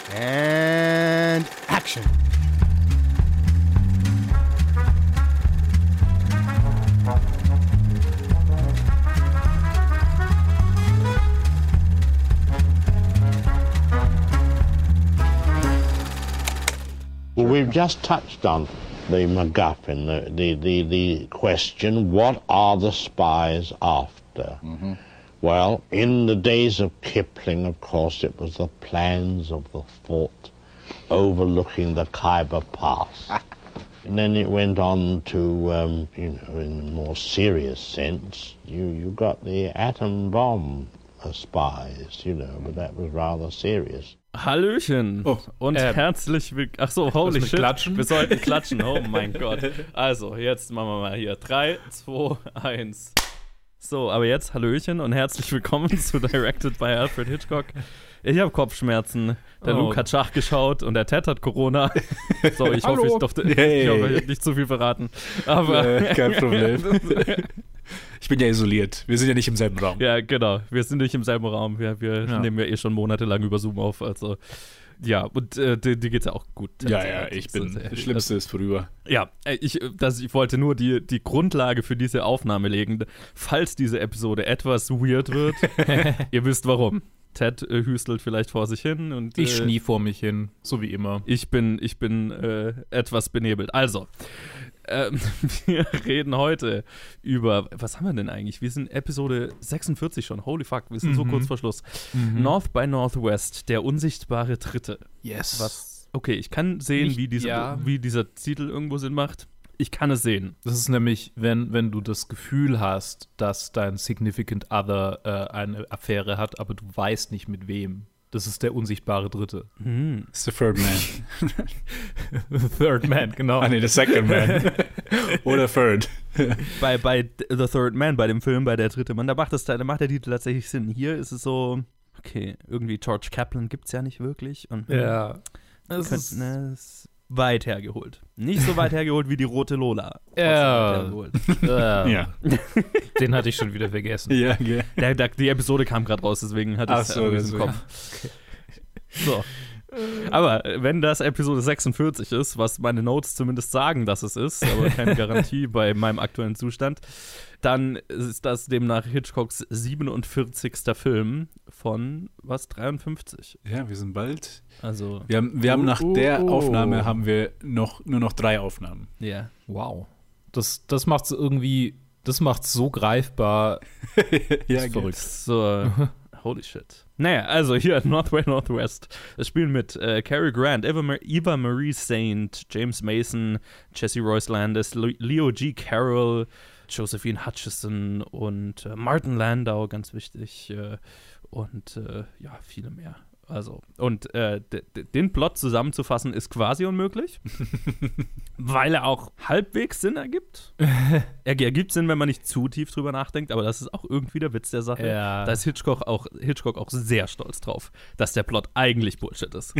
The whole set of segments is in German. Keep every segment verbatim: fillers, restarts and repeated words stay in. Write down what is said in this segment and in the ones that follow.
And action. Well, we've just touched on the MacGuffin, the, the, the, the question, what are the spies after? Mm-hmm. Well, in the days of Kipling, of course, it was the plans of the fort overlooking the Khyber Pass. And then it went on to, um, you know, in a more serious sense, you, you got the atom bomb uh, spies, you know, but that was rather serious. Hallöchen oh, und äh, herzlich willkommen. Ach so, holy shit. Klatschen? Wir sollten klatschen, oh mein Gott. Also, jetzt machen wir mal hier. drei, zwei, eins. So, aber jetzt Hallöchen und herzlich willkommen zu Directed by Alfred Hitchcock. Ich habe Kopfschmerzen, der oh. Luke hat Schach geschaut und der Ted hat Corona. So, ich hoffe, ich durfte hey. ich hoffe, ich hab nicht zu viel verraten. Aber äh, kein Problem. Ich bin ja isoliert. Wir sind ja nicht im selben Raum. Ja, genau. Wir sind nicht im selben Raum. Wir, wir ja. nehmen ja eh schon monatelang über Zoom auf. Also, ja, und äh, dir, dir geht's ja auch gut. Ja, also, ja, ich bin, das, das Schlimmste ist vorüber. Ja, ich, das, ich wollte nur die, die Grundlage für diese Aufnahme legen. Falls diese Episode etwas weird wird, ihr wisst warum. Ted äh, hüstelt vielleicht vor sich hin. Und ich äh, schnie vor mich hin, so wie immer. Ich bin, ich bin äh, etwas benebelt. Also, ähm, wir reden heute über, was haben wir denn eigentlich? Wir sind Episode sechsundvierzig schon. Holy fuck, wir sind mhm. so kurz vor Schluss. Mhm. North by Northwest, der unsichtbare Dritte. Yes. Was? Okay, ich kann sehen, Nicht, wie, diese, ja. wie dieser Titel irgendwo Sinn macht. Ich kann es sehen. Das ist nämlich, wenn, wenn du das Gefühl hast, dass dein Significant Other äh, eine Affäre hat, aber du weißt nicht mit wem. Das ist der unsichtbare Dritte. Mhm. Das ist der Third Man. The Third Man, genau. Ah, nee, the Second Man. Oder Third. bei, bei The Third Man, bei dem Film, bei Der dritte Mann, da macht, das, da macht der Titel tatsächlich Sinn. Hier ist es so, okay, irgendwie George Kaplan gibt es ja nicht wirklich. Und, ja. Das könnten, ist, ne, ist weit hergeholt. Nicht so weit hergeholt wie die rote Lola. Ja. ja. Den hatte ich schon wieder vergessen. Ja, okay. der, der, die Episode kam gerade raus, deswegen hatte ich es so, im Kopf. Okay. So. Aber wenn das Episode sechsundvierzig ist, was meine Notes zumindest sagen, dass es ist, aber keine Garantie bei meinem aktuellen Zustand, dann ist das demnach Hitchcocks siebenundvierzigster Film von, was, dreiundfünfzig? Ja, wir sind bald. Also wir haben, wir haben uh, nach uh, der uh. Aufnahme haben wir noch, nur noch drei Aufnahmen. Ja. Yeah. Wow. Das, das macht es irgendwie, das macht es so greifbar. Ja, verrückt. So, holy shit. Naja, also hier North by Northwest. Das Spiel mit äh, Cary Grant, Eva, Mar- Eva Marie Saint, James Mason, Jesse Royce Landis, Le- Leo G. Carroll, Josephine Hutchison und äh, Martin Landau, ganz wichtig. Äh, und äh, ja, viele mehr. Also, und äh, d- d- den Plot zusammenzufassen ist quasi unmöglich, weil er auch halbwegs Sinn ergibt. er ergibt Sinn, wenn man nicht zu tief drüber nachdenkt, aber das ist auch irgendwie der Witz der Sache. Ja. Da ist Hitchcock auch, Hitchcock auch sehr stolz drauf, dass der Plot eigentlich Bullshit ist.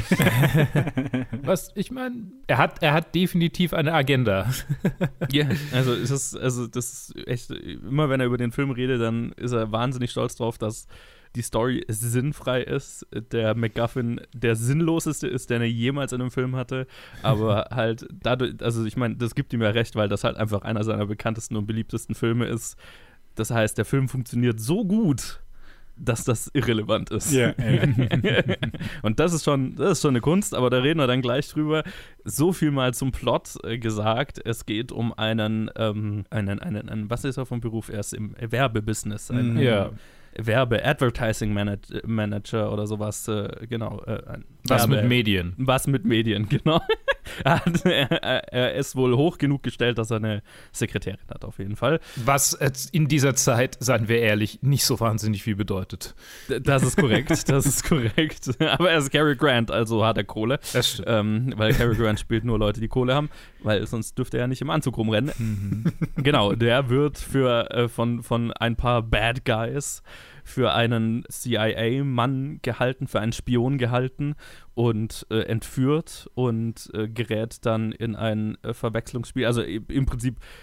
Was, ich meine, er hat, er hat definitiv eine Agenda. Ja, yeah, also, es ist, also das ist echt, immer wenn er über den Film redet, dann ist er wahnsinnig stolz drauf, dass die Story sinnfrei ist, der MacGuffin der sinnloseste ist, den er jemals in einem Film hatte, aber halt dadurch, also ich meine, das gibt ihm ja recht, weil das halt einfach einer seiner bekanntesten und beliebtesten Filme ist. Das heißt, der Film funktioniert so gut, dass das irrelevant ist. Ja, ja. Und das ist schon, das ist schon eine Kunst, aber da reden wir dann gleich drüber. So viel mal zum Plot äh, gesagt. Es geht um einen, ähm, einen, einen, einen, was ist er vom Beruf? Er ist im Werbebusiness. Ein, ja. Werbe, Advertising Manag- Manager oder sowas, äh, genau. Äh, was Werbe, mit Medien. Was mit Medien, genau. er, er, er ist wohl hoch genug gestellt, dass er eine Sekretärin hat, auf jeden Fall. Was in dieser Zeit, seien wir ehrlich, nicht so wahnsinnig viel bedeutet. Das ist korrekt, das ist korrekt. Aber er ist Cary Grant, also hat er Kohle. Das stimmt. Ähm, weil Cary Grant spielt nur Leute, die Kohle haben, weil sonst dürfte er nicht im Anzug rumrennen. Mhm. Genau, der wird für, äh, von, von ein paar Bad Guys für einen C I A-Mann gehalten, für einen Spion gehalten und äh, entführt und äh, gerät dann in ein äh, Verwechslungsspiel. Also im Prinzip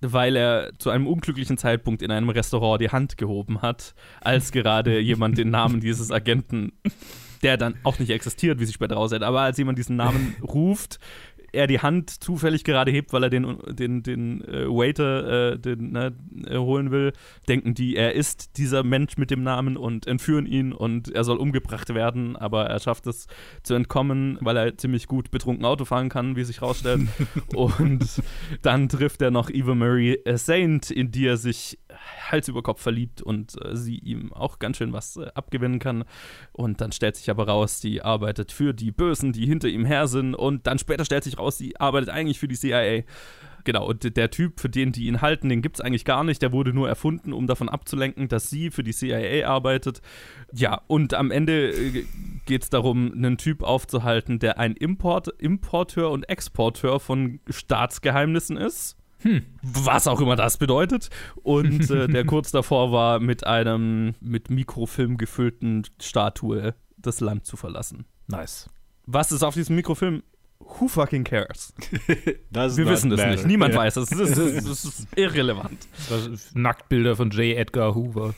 weil er zu einem unglücklichen Zeitpunkt in einem Restaurant die Hand gehoben hat, als gerade jemand den Namen dieses Agenten, der dann auch nicht existiert, wie sich später rausstellt, aber als jemand diesen Namen ruft, er die Hand zufällig gerade hebt, weil er den, den, den äh, Waiter äh, den, ne, äh, holen will, denken die, er ist dieser Mensch mit dem Namen und entführen ihn und er soll umgebracht werden, aber er schafft es zu entkommen, weil er ziemlich gut betrunken Auto fahren kann, wie sich rausstellt. Und dann trifft er noch Eva Marie Saint, in die er sich Hals über Kopf verliebt und äh, sie ihm auch ganz schön was äh, abgewinnen kann. Und dann stellt sich aber raus, die arbeitet für die Bösen, die hinter ihm her sind, und dann später stellt sich raus, sie arbeitet eigentlich für die C I A. Genau, und der Typ, für den die ihn halten, den gibt es eigentlich gar nicht. Der wurde nur erfunden, um davon abzulenken, dass sie für die C I A arbeitet. Ja, und am Ende äh, geht es darum, einen Typ aufzuhalten, der ein Import, Importeur und Exporteur von Staatsgeheimnissen ist. Hm. Was auch immer das bedeutet. Und äh, der kurz davor war, mit einem mit Mikrofilm gefüllten Statue das Land zu verlassen. Nice. Was ist auf diesem Mikrofilm? Who fucking cares? Wir wissen das nicht. Niemand ja. weiß es. Das ist, das ist irrelevant. Das Nacktbilder von J. Edgar Hoover.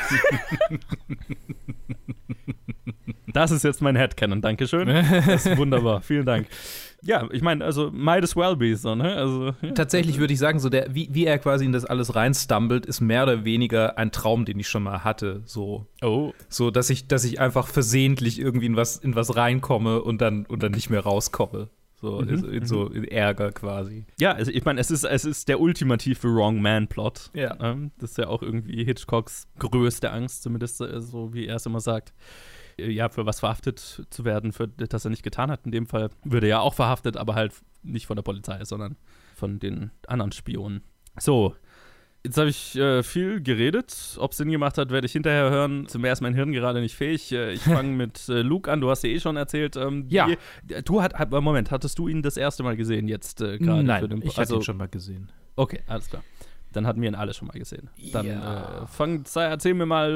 Das ist jetzt mein Headcanon. Dankeschön. Das ist wunderbar. Vielen Dank. Ja, ich meine, also might as well be so, ne? Also, ja. Tatsächlich würde ich sagen, so der, wie, wie er quasi in das alles reinstumbelt, ist mehr oder weniger ein Traum, den ich schon mal hatte. So, oh. so dass ich, dass ich einfach versehentlich irgendwie in was, in was reinkomme und dann, und dann nicht mehr rauskomme. So, mhm. in, in so in Ärger quasi. Ja, also ich meine, es ist, es ist der ultimative Wrong-Man-Plot. Ja. Ähm, das ist ja auch irgendwie Hitchcocks größte Angst, zumindest so wie er es immer sagt. Ja, für was verhaftet zu werden, für das er nicht getan hat. In dem Fall würde er ja auch verhaftet, aber halt nicht von der Polizei, sondern von den anderen Spionen. So, jetzt habe ich äh, viel geredet. Ob es Sinn gemacht hat, werde ich hinterher hören. Zum ersten mein Hirn gerade nicht fähig. Äh, ich fange mit äh, Luke an. Du hast ja eh schon erzählt. Ähm, ja. Die, du hat, hat, Moment, hattest du ihn das erste Mal gesehen jetzt äh, gerade? Nein, für den, ich also, hatte ihn schon mal gesehen. Okay, alles klar. Dann hatten wir ihn alle schon mal gesehen. Dann ja. äh, fang, erzähl mir mal,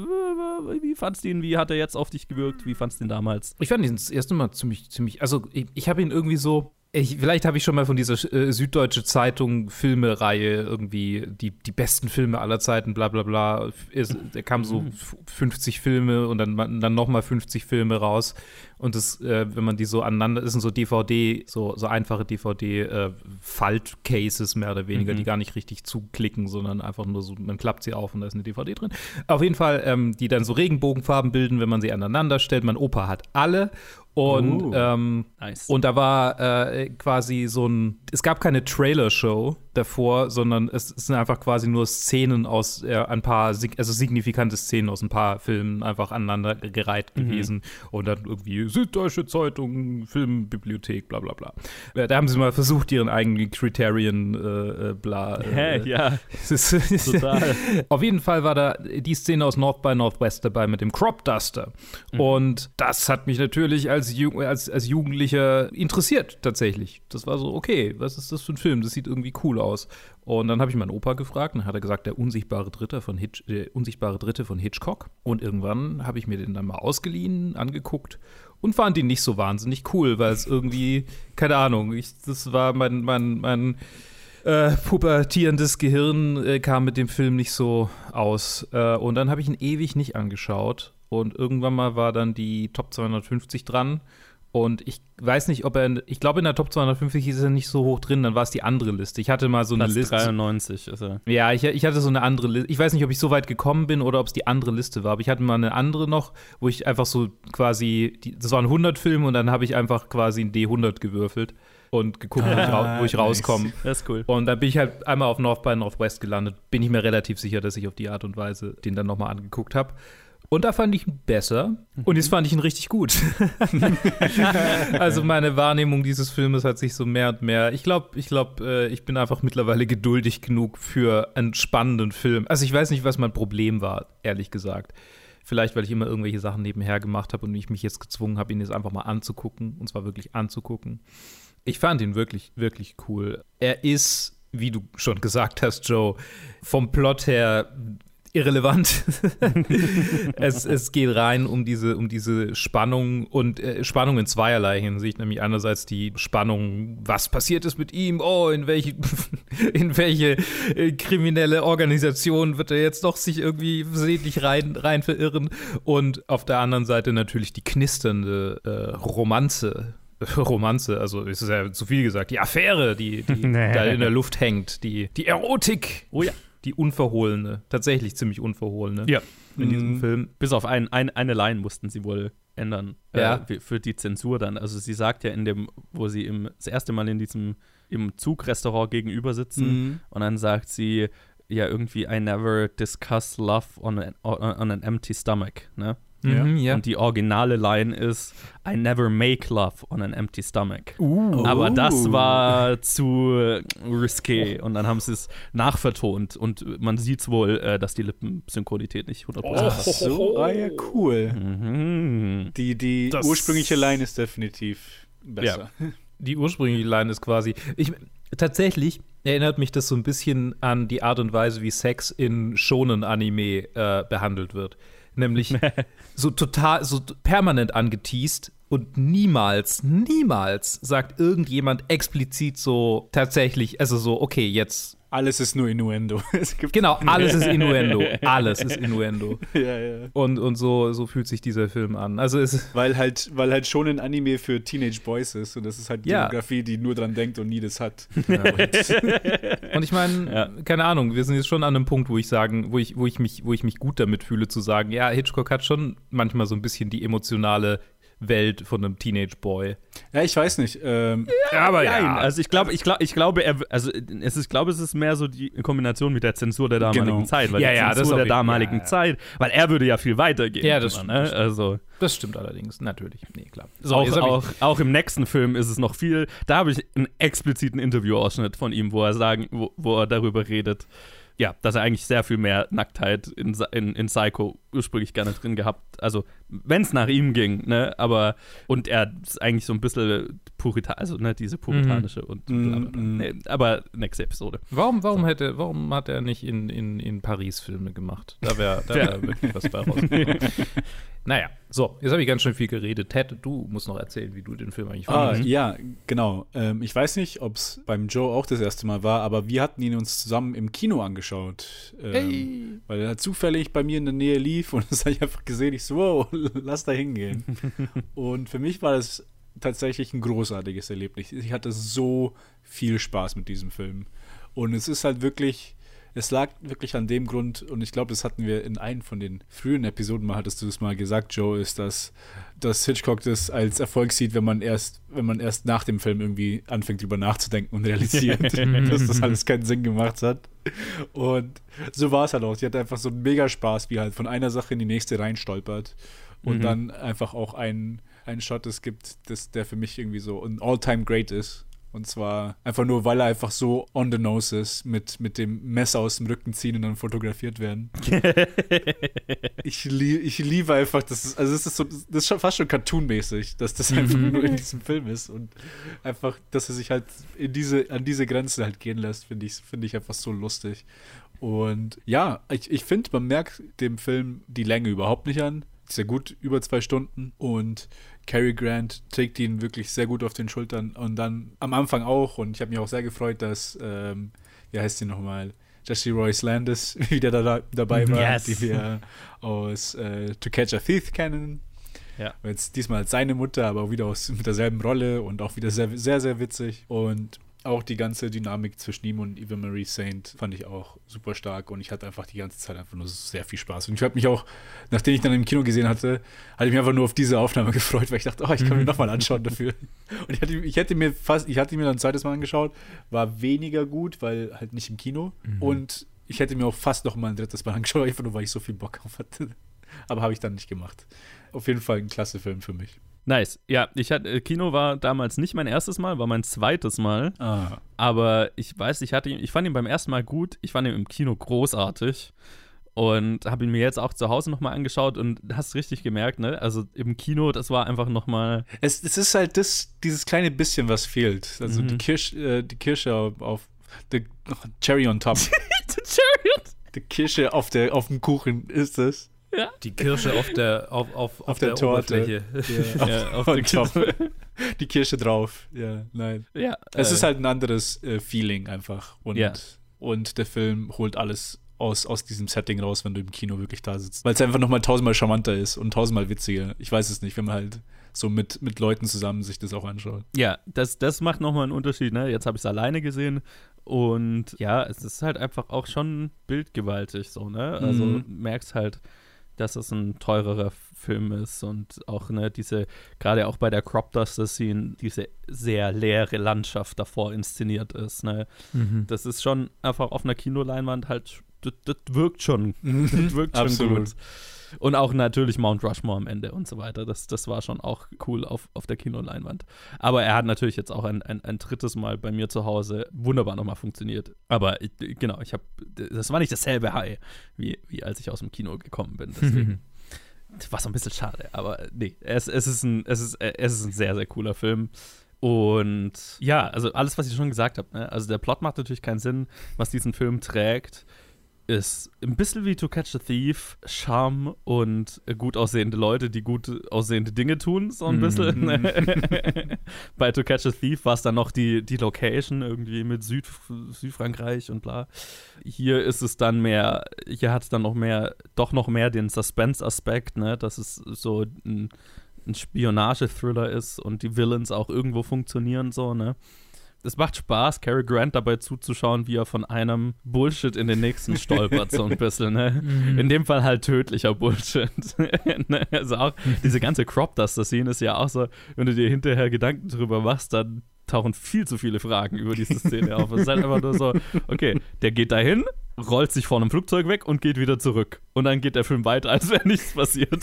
äh, wie fandst du ihn, wie hat er jetzt auf dich gewirkt, wie fandst du ihn damals? Ich fand ihn das erste Mal ziemlich, ziemlich, also ich, ich habe ihn irgendwie so, ich, vielleicht habe ich schon mal von dieser äh, Süddeutsche Zeitung Filme-Reihe irgendwie, die, die besten Filme aller Zeiten, bla bla bla, ist, da kamen so fünfzig Filme und dann, dann nochmal fünfzig Filme raus. Und das, äh, wenn man die so aneinander, das sind so D V D, so, so einfache D V D-Falt-Cases mehr oder weniger, mhm. die gar nicht richtig zuklicken, sondern einfach nur so, man klappt sie auf und da ist eine D V D drin. Auf jeden Fall, ähm, die dann so Regenbogenfarben bilden, wenn man sie aneinander stellt. Mein Opa hat alle. Und, uh, ähm, nice. und da war äh, quasi so ein, es gab keine Trailer-Show davor, sondern es, es sind einfach quasi nur Szenen aus äh, ein paar, also signifikante Szenen aus ein paar Filmen einfach aneinander gereiht mhm. gewesen. Und dann irgendwie Süddeutsche Zeitung, Filmbibliothek, bla bla bla. Ja, da haben sie mal versucht, ihren eigenen Criterion äh, bla. Hä, äh, ja, total. Auf jeden Fall war da die Szene aus North by Northwest dabei mit dem Crop Duster. Mhm. Und das hat mich natürlich als Ju- als, als Jugendlicher interessiert, tatsächlich. Das war so, okay, was ist das für ein Film? Das sieht irgendwie cool aus. Und dann habe ich meinen Opa gefragt und dann hat er gesagt, der unsichtbare Dritte von, Hitch- der unsichtbare Dritte von Hitchcock. Und irgendwann habe ich mir den dann mal ausgeliehen, angeguckt und fand ihn nicht so wahnsinnig cool, weil es irgendwie, keine Ahnung, ich, das war mein, mein, mein Äh, pubertierendes Gehirn äh, kam mit dem Film nicht so aus. Äh, und dann habe ich ihn ewig nicht angeschaut. Und irgendwann mal war dann die Top zweihundertfünfzig dran. Und ich weiß nicht, ob er, ich glaube in der Top zweihundertfünfzig ist er nicht so hoch drin, dann war es die andere Liste. Ich hatte mal so eine Platz Liste. dreiundneunzig ist er. Ja, ich, ich hatte so eine andere Liste. Ich weiß nicht, ob ich so weit gekommen bin oder ob es die andere Liste war. Aber ich hatte mal eine andere noch, wo ich einfach so quasi, die, das waren hundert Filme und dann habe ich einfach quasi ein D hundert gewürfelt und geguckt, ah, wo ich, ra- wo ich nice. rauskomme. Das ist cool. Und dann bin ich halt einmal auf North by Northwest gelandet. Bin ich mir relativ sicher, dass ich auf die Art und Weise den dann nochmal angeguckt habe. Und da fand ich ihn besser. Und jetzt fand ich ihn richtig gut. Also meine Wahrnehmung dieses Filmes hat sich so mehr und mehr. Ich glaube, ich glaube, äh, ich bin einfach mittlerweile geduldig genug für einen spannenden Film. Also ich weiß nicht, was mein Problem war, ehrlich gesagt. Vielleicht, weil ich immer irgendwelche Sachen nebenher gemacht habe und ich mich jetzt gezwungen habe, ihn jetzt einfach mal anzugucken. Und zwar wirklich anzugucken. Ich fand ihn wirklich, wirklich cool. Er ist, wie du schon gesagt hast, Joe, vom Plot her irrelevant. es, es geht rein um diese, um diese Spannung und äh, Spannung in zweierlei Hinsicht, nämlich einerseits die Spannung, was passiert ist mit ihm, oh, in welche, in welche äh, kriminelle Organisation wird er jetzt doch sich irgendwie versehentlich rein, rein verirren, und auf der anderen Seite natürlich die knisternde äh, Romanze. Romanze, also es ist ja zu viel gesagt, die Affäre, die, die nee. da in der Luft hängt, die, die Erotik, oh ja, die unverhohlene, tatsächlich ziemlich unverhohlene ja. in diesem Film. Bis auf ein, ein, eine Line mussten sie wohl ändern, ja. äh, für die Zensur dann. Also sie sagt ja in dem, wo sie im, das erste Mal in diesem im Zugrestaurant gegenüber sitzen, mhm. und dann sagt sie ja irgendwie, I never discuss love on an, on an empty stomach, ne? Mhm, ja. Und die originale Line ist I never make love on an empty stomach. Uh. Aber das war zu risqué, und dann haben sie es nachvertont, und man sieht wohl, äh, dass die Lippensynchronität nicht hundert Prozent passt. Oh, so, ah ja, cool. Mhm. Die, die ursprüngliche Line ist definitiv besser. Ja. Die ursprüngliche Line ist quasi, ich, tatsächlich erinnert mich das so ein bisschen an die Art und Weise, wie Sex in Shonen-Anime äh, behandelt wird. Nämlich so total, so permanent angeteast, und niemals, niemals sagt irgendjemand explizit so tatsächlich, also so, okay, jetzt. Alles ist nur Innuendo. Es gibt genau, alles ist Innuendo. Alles ist Innuendo. Ja, ja. Und, und so, so fühlt sich dieser Film an. Also es weil halt, weil halt schon ein Anime für Teenage Boys ist, und das ist halt die ja. Demografie, die nur dran denkt und nie das hat. Ja, und ich meine, ja. keine Ahnung, wir sind jetzt schon an einem Punkt, wo ich sagen, wo ich, wo ich mich, wo ich mich gut damit fühle, zu sagen, ja, Hitchcock hat schon manchmal so ein bisschen die emotionale Welt von einem Teenage Boy. Ja, ich weiß nicht. Ähm, ja, aber nein, ja. Also ich glaube, ich glaube, ich glaube, er, also es ist, ich glaube, es ist mehr so die Kombination mit der Zensur der damaligen genau. Zeit, weil ja, die ja, Zensur das der damaligen ja, ja. Zeit, weil er würde ja viel weiter gehen. Ja, das immer, stimmt. Ne? Das stimmt. Also das stimmt allerdings, natürlich. Nee, klar. So, auch, auch, auch im nächsten Film ist es noch viel. Da habe ich einen expliziten Interviewausschnitt von ihm, wo er sagen, wo, wo er darüber redet. Ja, dass er eigentlich sehr viel mehr Nacktheit in, in, in Psycho ursprünglich gerne drin gehabt, also wenn es nach ihm ging, ne, aber und er ist eigentlich so ein bisschen puritan, also ne, diese puritanische mm. und bla, bla, bla. Mm. Nee, aber nächste Episode. Warum, warum so. hätte, warum hat er nicht in, in, in Paris Filme gemacht? Da wäre da wär wirklich was bei rausgekommen. Naja, so, jetzt habe ich ganz schön viel geredet. Ted, du musst noch erzählen, wie du den Film eigentlich ah, fandest. Ja, genau. Ähm, ich weiß nicht, ob es beim Joe auch das erste Mal war, aber wir hatten ihn uns zusammen im Kino angeschaut. Ähm, hey. Weil er zufällig bei mir in der Nähe lief, und das habe ich einfach gesehen. Ich so, wow, lass da hingehen. Und für mich war das tatsächlich ein großartiges Erlebnis. Ich hatte so viel Spaß mit diesem Film. Und es ist halt wirklich, es lag wirklich an dem Grund, und ich glaube, das hatten wir in einem von den frühen Episoden mal, hattest du das mal gesagt, Joe, ist, dass, dass Hitchcock das als Erfolg sieht, wenn man erst, wenn man erst nach dem Film irgendwie anfängt, drüber nachzudenken und realisiert, dass das alles keinen Sinn gemacht hat. Und so war es halt auch. Sie hatte einfach so einen mega Spaß, wie halt von einer Sache in die nächste reinstolpert. Und mhm. dann einfach auch einen, einen Shot es gibt, das, der für mich irgendwie so ein All-Time-Great ist. Und zwar einfach nur, weil er einfach so on the nose ist, mit, mit dem Messer aus dem Rücken ziehen und dann fotografiert werden. ich, lie- ich liebe einfach, das ist, also es ist so, das ist schon fast schon cartoonmäßig, dass das einfach nur in diesem Film ist. Und einfach, dass er sich halt in diese, an diese Grenze halt gehen lässt, finde ich, finde ich einfach so lustig. Und ja, ich, ich finde, man merkt dem Film die Länge überhaupt nicht an. Sehr gut, über zwei Stunden, und Cary Grant trägt ihn wirklich sehr gut auf den Schultern, und dann am Anfang auch, und ich habe mich auch sehr gefreut, dass, ähm, wie heißt sie nochmal, Jessie Royce Landis wieder da, dabei war, yes. die wir aus äh, To Catch a Thief kennen. Ja. Jetzt diesmal als seine Mutter, aber auch wieder aus, mit derselben Rolle und auch wieder sehr, sehr, sehr witzig. Und auch die ganze Dynamik zwischen ihm und Eva Marie Saint fand ich auch super stark, und ich hatte einfach die ganze Zeit einfach nur sehr viel Spaß. Und ich habe mich auch, nachdem ich dann im Kino gesehen hatte, hatte ich mich einfach nur auf diese Aufnahme gefreut, weil ich dachte, oh, ich kann mir nochmal anschauen dafür. Und ich hatte, ich hätte mir fast, ich hatte mir dann ein zweites Mal angeschaut, war weniger gut, weil halt nicht im Kino. Mhm. Und ich hätte mir auch fast nochmal ein drittes Mal angeschaut, einfach nur, weil ich so viel Bock auf hatte. Aber habe ich dann nicht gemacht. Auf jeden Fall ein klasse Film für mich. Nice. Ja, ich hatte, Kino war damals nicht mein erstes Mal, war mein zweites Mal. Ah. Aber ich weiß, ich hatte ihn, ich fand ihn beim ersten Mal gut, ich fand ihn im Kino großartig und habe ihn mir jetzt auch zu Hause nochmal angeschaut, und hast richtig gemerkt, ne? Also im Kino, das war einfach nochmal. Es, es ist halt das, dieses kleine bisschen, was fehlt. Also mhm. die Kirsche, äh, die Kirsche auf, auf the Cherry on top. The Cherry on top. die Kirsche auf, der, auf dem Kuchen ist es. Ja. Die Kirsche auf der, auf, auf, auf, Auf der, der Torte. Oberfläche. Ja, Ja, auf on der top. Kirsche. Die Kirsche drauf. Ja, nein. Ja, Es äh, ist halt ein anderes äh, Feeling einfach. Und, Ja. und der Film holt alles aus, aus diesem Setting raus, wenn du im Kino wirklich da sitzt. Weil es einfach nochmal tausendmal charmanter ist und tausendmal witziger. Ich weiß es nicht, wenn man halt so mit, mit Leuten zusammen sich das auch anschaut. Ja, das, das macht nochmal einen Unterschied, ne? Jetzt habe ich es alleine gesehen und ja, es ist halt einfach auch schon bildgewaltig so, ne? Also Mhm. merkst halt, dass es ein teurerer Film ist und auch, ne, diese, gerade auch bei der Crop Duster Scene, diese sehr leere Landschaft davor inszeniert ist, ne? Mhm. Das ist schon einfach auf einer Kinoleinwand halt, das, das wirkt schon, das wirkt schon Absolut. gut. Und auch natürlich Mount Rushmore am Ende und so weiter. Das, das war schon auch cool auf, auf der Kinoleinwand. Aber er hat natürlich jetzt auch ein, ein, ein drittes Mal bei mir zu Hause wunderbar nochmal funktioniert. Aber ich, genau, ich habe, das war nicht dasselbe High, wie, wie als ich aus dem Kino gekommen bin. Deswegen war so ein bisschen schade. Aber nee, es, es, ist ein, es, ist, es ist ein sehr, sehr cooler Film. Und ja, also alles, was ich schon gesagt habe, ne? Also der Plot macht natürlich keinen Sinn, was diesen Film trägt. Ist ein bisschen wie To Catch a Thief, Charme und gut aussehende Leute, die gut aussehende Dinge tun, so ein bisschen. Bei To Catch a Thief war es dann noch die, die Location irgendwie mit Süd, Südfrankreich und bla. Hier ist es dann mehr, hier hat es dann noch mehr, doch noch mehr den Suspense-Aspekt, ne, dass es so ein, ein Spionage-Thriller ist und die Villains auch irgendwo funktionieren, so, ne. Es macht Spaß, Cary Grant dabei zuzuschauen, wie er von einem Bullshit in den nächsten stolpert, so ein bisschen, ne? Mhm. In dem Fall halt tödlicher Bullshit. Ne? Also auch diese ganze Crop Duster-Szene ist ja auch so, wenn du dir hinterher Gedanken drüber machst, dann tauchen viel zu viele Fragen über diese Szene auf. Es ist halt einfach nur so, okay, der geht dahin, rollt sich vor einem Flugzeug weg und geht wieder zurück. Und dann geht der Film weiter, als wäre nichts passiert.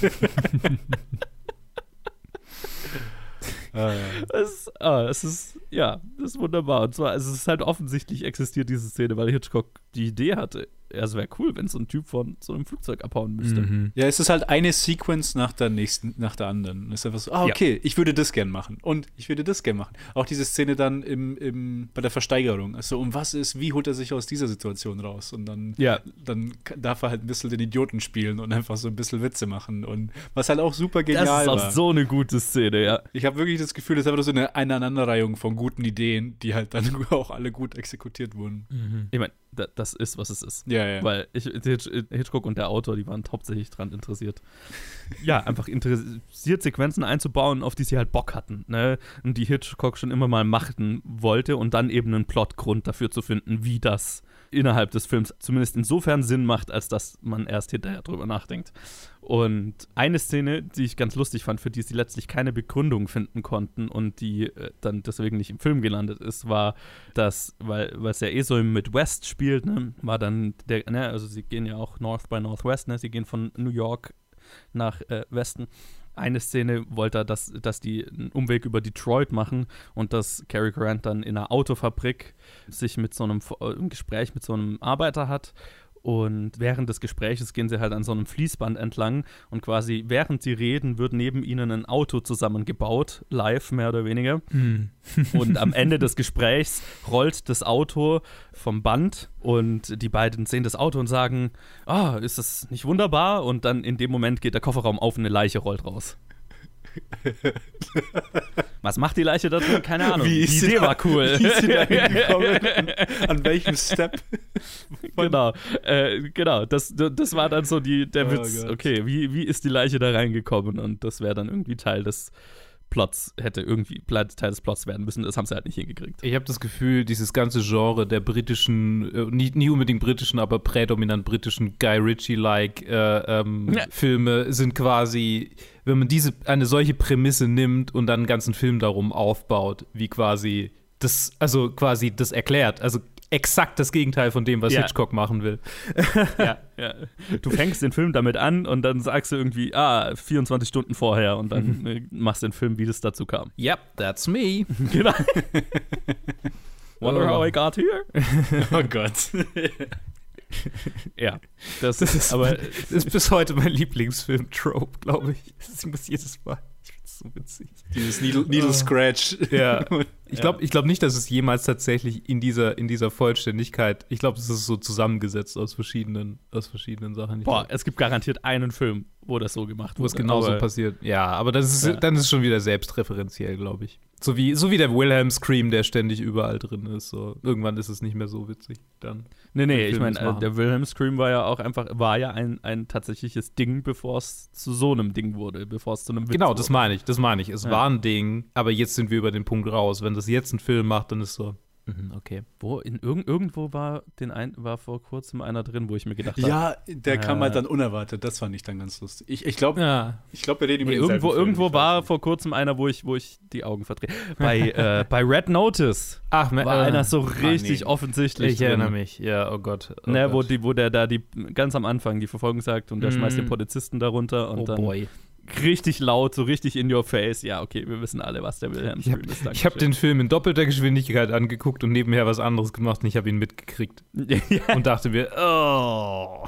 Ah, ja. Es, ah, es ist, ja, das ist wunderbar. Und zwar, es ist halt offensichtlich existiert diese Szene, weil Hitchcock die Idee hatte, ja, es wäre cool, wenn so ein Typ von so einem Flugzeug abhauen müsste. Mhm. Ja, es ist halt eine Sequence nach der nächsten, nach der anderen. Es ist einfach so, ah, okay, ich würde das gern machen. Und ich würde das gern machen. Auch diese Szene dann im, im, bei der Versteigerung. Also, um was ist, wie holt er sich aus dieser Situation raus? Und dann, Ja. dann darf er halt ein bisschen den Idioten spielen und einfach so ein bisschen Witze machen. Und was halt auch super genial Das ist auch war. so eine gute Szene, ja. Ich habe wirklich das Gefühl, das ist einfach so eine Aneinanderreihung von guten Ideen, die halt dann auch alle gut exekutiert wurden. Mhm. Ich meine, da, das ist, was es ist. Ja, ja. Weil ich, Hitch, Hitchcock und der Autor, die waren hauptsächlich dran interessiert. Ja, einfach interessiert, Sequenzen einzubauen, auf die sie halt Bock hatten, ne? Und die Hitchcock schon immer mal machen wollte und dann eben einen Plotgrund dafür zu finden, wie das innerhalb des Films zumindest insofern Sinn macht, als dass man erst hinterher drüber nachdenkt. Und eine Szene, die ich ganz lustig fand, für die sie letztlich keine Begründung finden konnten und die äh, dann deswegen nicht im Film gelandet ist, war, dass, weil weil es ja eh so im Midwest spielt, ne, war dann der, ne, also sie gehen ja auch North by Northwest, ne, sie gehen von New York nach äh, Westen. Eine Szene wollte er, dass, dass die einen Umweg über Detroit machen und dass Cary Grant dann in einer Autofabrik sich mit so einem äh, ein Gespräch mit so einem Arbeiter hat. Und während des Gespräches gehen sie halt an so einem Fließband entlang und quasi während sie reden, wird neben ihnen ein Auto zusammengebaut, live mehr oder weniger. Mhm. Und am Ende des Gesprächs rollt das Auto vom Band und die beiden sehen das Auto und sagen, ah, oh, ist das nicht wunderbar? Und dann in dem Moment geht der Kofferraum auf und eine Leiche rollt raus. Was macht die Leiche da drin? Keine Ahnung. Wie ist die sie Idee da- war cool. Wie ist sie da hingekommen? An, an welchem Step? Genau, äh, genau. Das, das war dann so die, der Oh Witz. Gott. Okay, wie, wie ist die Leiche da reingekommen? Und das wäre dann irgendwie Teil des Plots, hätte irgendwie Teil des Plots werden müssen. Das haben sie halt nicht hingekriegt. Ich habe das Gefühl, dieses ganze Genre der britischen, äh, nie, nie unbedingt britischen, aber prädominant britischen Guy Ritchie-like äh, ähm, Ja. Filme sind quasi, wenn man diese eine solche Prämisse nimmt und dann einen ganzen Film darum aufbaut, wie quasi das, also quasi das erklärt, also exakt das Gegenteil von dem, was Ja. Hitchcock machen will. Ja, ja. Du fängst den Film damit an und dann sagst du irgendwie, ah, vierundzwanzig Stunden vorher und dann äh, machst du den Film, wie das dazu kam. Yep, that's me. Genau. Wonder Oh. how I got here? Oh Gott. Ja, das, Das ist, aber das ist bis heute mein Lieblingsfilm-Trope, glaube ich. Ich muss jedes Mal, ich so witzig. Dieses Needle, Needle Scratch. Ja. Ich glaube ich glaub nicht, dass es jemals tatsächlich in dieser, in dieser Vollständigkeit, ich glaube, es ist so zusammengesetzt aus verschiedenen, aus verschiedenen Sachen. Ich Boah, glaub, es gibt garantiert einen Film, wo das so gemacht wurde. wo es genauso aber, passiert. Ja, aber das ist, Ja. dann ist es schon wieder selbstreferenziell, glaube ich. So wie, so wie der Wilhelm Scream, der ständig überall drin ist. So. Irgendwann ist es nicht mehr so witzig. Dann Nee, nee, den ich Film meine, das äh, machen. der Wilhelm Scream war ja auch einfach, war ja ein, ein tatsächliches Ding, bevor es zu so einem Ding wurde, bevor es zu einem Witz Genau, wurde. das meine ich, das meine ich. Es Ja. war ein Ding, aber jetzt sind wir über den Punkt raus. Wenn das jetzt ein Film macht, dann ist so, mhm, okay. Wo, in irg irgendwo war, den ein, war vor kurzem einer drin, wo ich mir gedacht habe, Ja, der kam Äh. halt dann unerwartet. Das fand ich dann ganz lustig. Ich, ich glaube, Ja, ich glaub, wir reden über nee, denselben irgendwo, Film, irgendwo ich war weiß nicht. vor kurzem einer, wo ich, wo ich die Augen verdrehe. Bei, äh, bei Red Notice ach, war äh, einer so richtig nee. offensichtlich ich erinnere drin. mich. Ja, oh Gott. Oh Ne, wo, Gott. die, wo der da die ganz am Anfang die Verfolgung sagt und der Mm. schmeißt den Polizisten darunter und Oh dann boy. richtig laut, so richtig in your face. Ja, okay, wir wissen alle, was der Wilhelm Ich habe Scream ist. ich hab den Film in doppelter Geschwindigkeit angeguckt und nebenher was anderes gemacht und ich habe ihn mitgekriegt ja, und dachte mir, oh.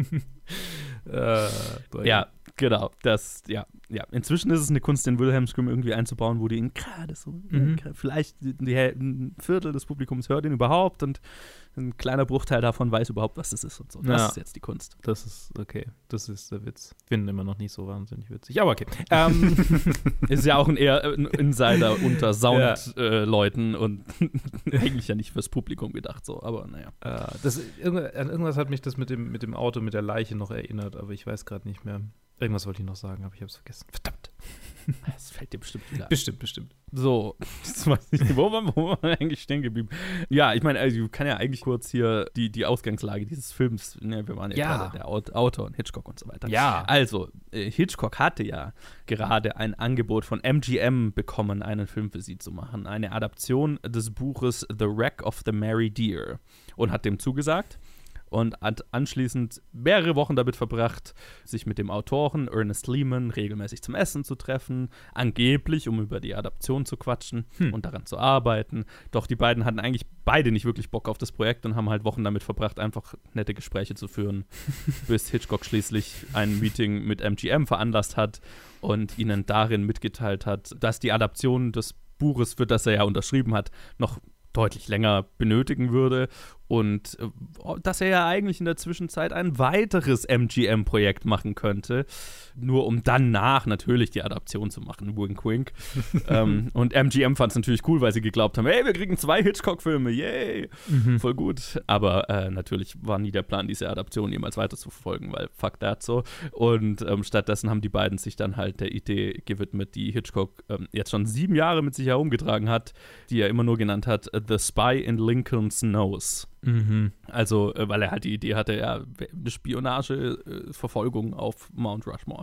äh, boy. ja, genau. Das, ja, ja. Inzwischen ist es eine Kunst, den Wilhelm Scream irgendwie einzubauen, wo die ihn gerade so, Mhm. vielleicht die, die, ein Viertel des Publikums hört ihn überhaupt und ein kleiner Bruchteil davon weiß überhaupt, was das ist und so. Das Ja. ist jetzt die Kunst. Das ist, okay, das ist der Witz. Finden immer noch nicht so wahnsinnig witzig, aber okay. Ähm, Ist ja auch ein eher ein Insider unter Ja. Sound-Leuten und eigentlich ja nicht fürs Publikum gedacht, so, aber naja. äh, das, irgend- an irgendwas hat mich das mit dem, mit dem Auto, mit der Leiche noch erinnert, aber ich weiß gerade nicht mehr. Irgendwas wollte ich noch sagen, aber ich habe es vergessen. Verdammt. Das fällt dir bestimmt wieder ein. Bestimmt, bestimmt. So, jetzt weiß ich nicht, wo waren wo waren wir eigentlich stehen geblieben? Ja, ich meine, also, ich kann ja eigentlich kurz hier die, die Ausgangslage dieses Films, ne, wir waren ja, Ja. gerade der Aut- Autor und Hitchcock und so weiter. Ja. Also, äh, Hitchcock hatte ja gerade ein Angebot von M G M bekommen, einen Film für sie zu machen. Eine Adaption des Buches The Wreck of the Mary Dear. Und hat dem zugesagt. Und hat anschließend mehrere Wochen damit verbracht, sich mit dem Autoren Ernest Lehman regelmäßig zum Essen zu treffen, angeblich, um über die Adaption zu quatschen Hm. und daran zu arbeiten. Doch die beiden hatten eigentlich beide nicht wirklich Bock auf das Projekt und haben halt Wochen damit verbracht, einfach nette Gespräche zu führen, bis Hitchcock schließlich ein Meeting mit M G M veranlasst hat und ihnen darin mitgeteilt hat, dass die Adaption des Buches, für das er ja unterschrieben hat, noch deutlich länger benötigen würde und äh, dass er ja eigentlich in der Zwischenzeit ein weiteres M G M-Projekt machen könnte, nur um danach natürlich die Adaption zu machen, wink wink. ähm, und M G M fand es natürlich cool, weil sie geglaubt haben, hey, wir kriegen zwei Hitchcock-Filme, yay, Mhm. voll gut. Aber äh, natürlich war nie der Plan, diese Adaption jemals weiter zu verfolgen, weil fuck that so. Und ähm, stattdessen haben die beiden sich dann halt der Idee gewidmet, die Hitchcock ähm, jetzt schon sieben Jahre mit sich herumgetragen hat, die er immer nur genannt hat, The Spy in Lincoln's Nose. Mhm. Also, äh, weil er halt die Idee hatte, ja, eine Spionage-Verfolgung auf Mount Rushmore.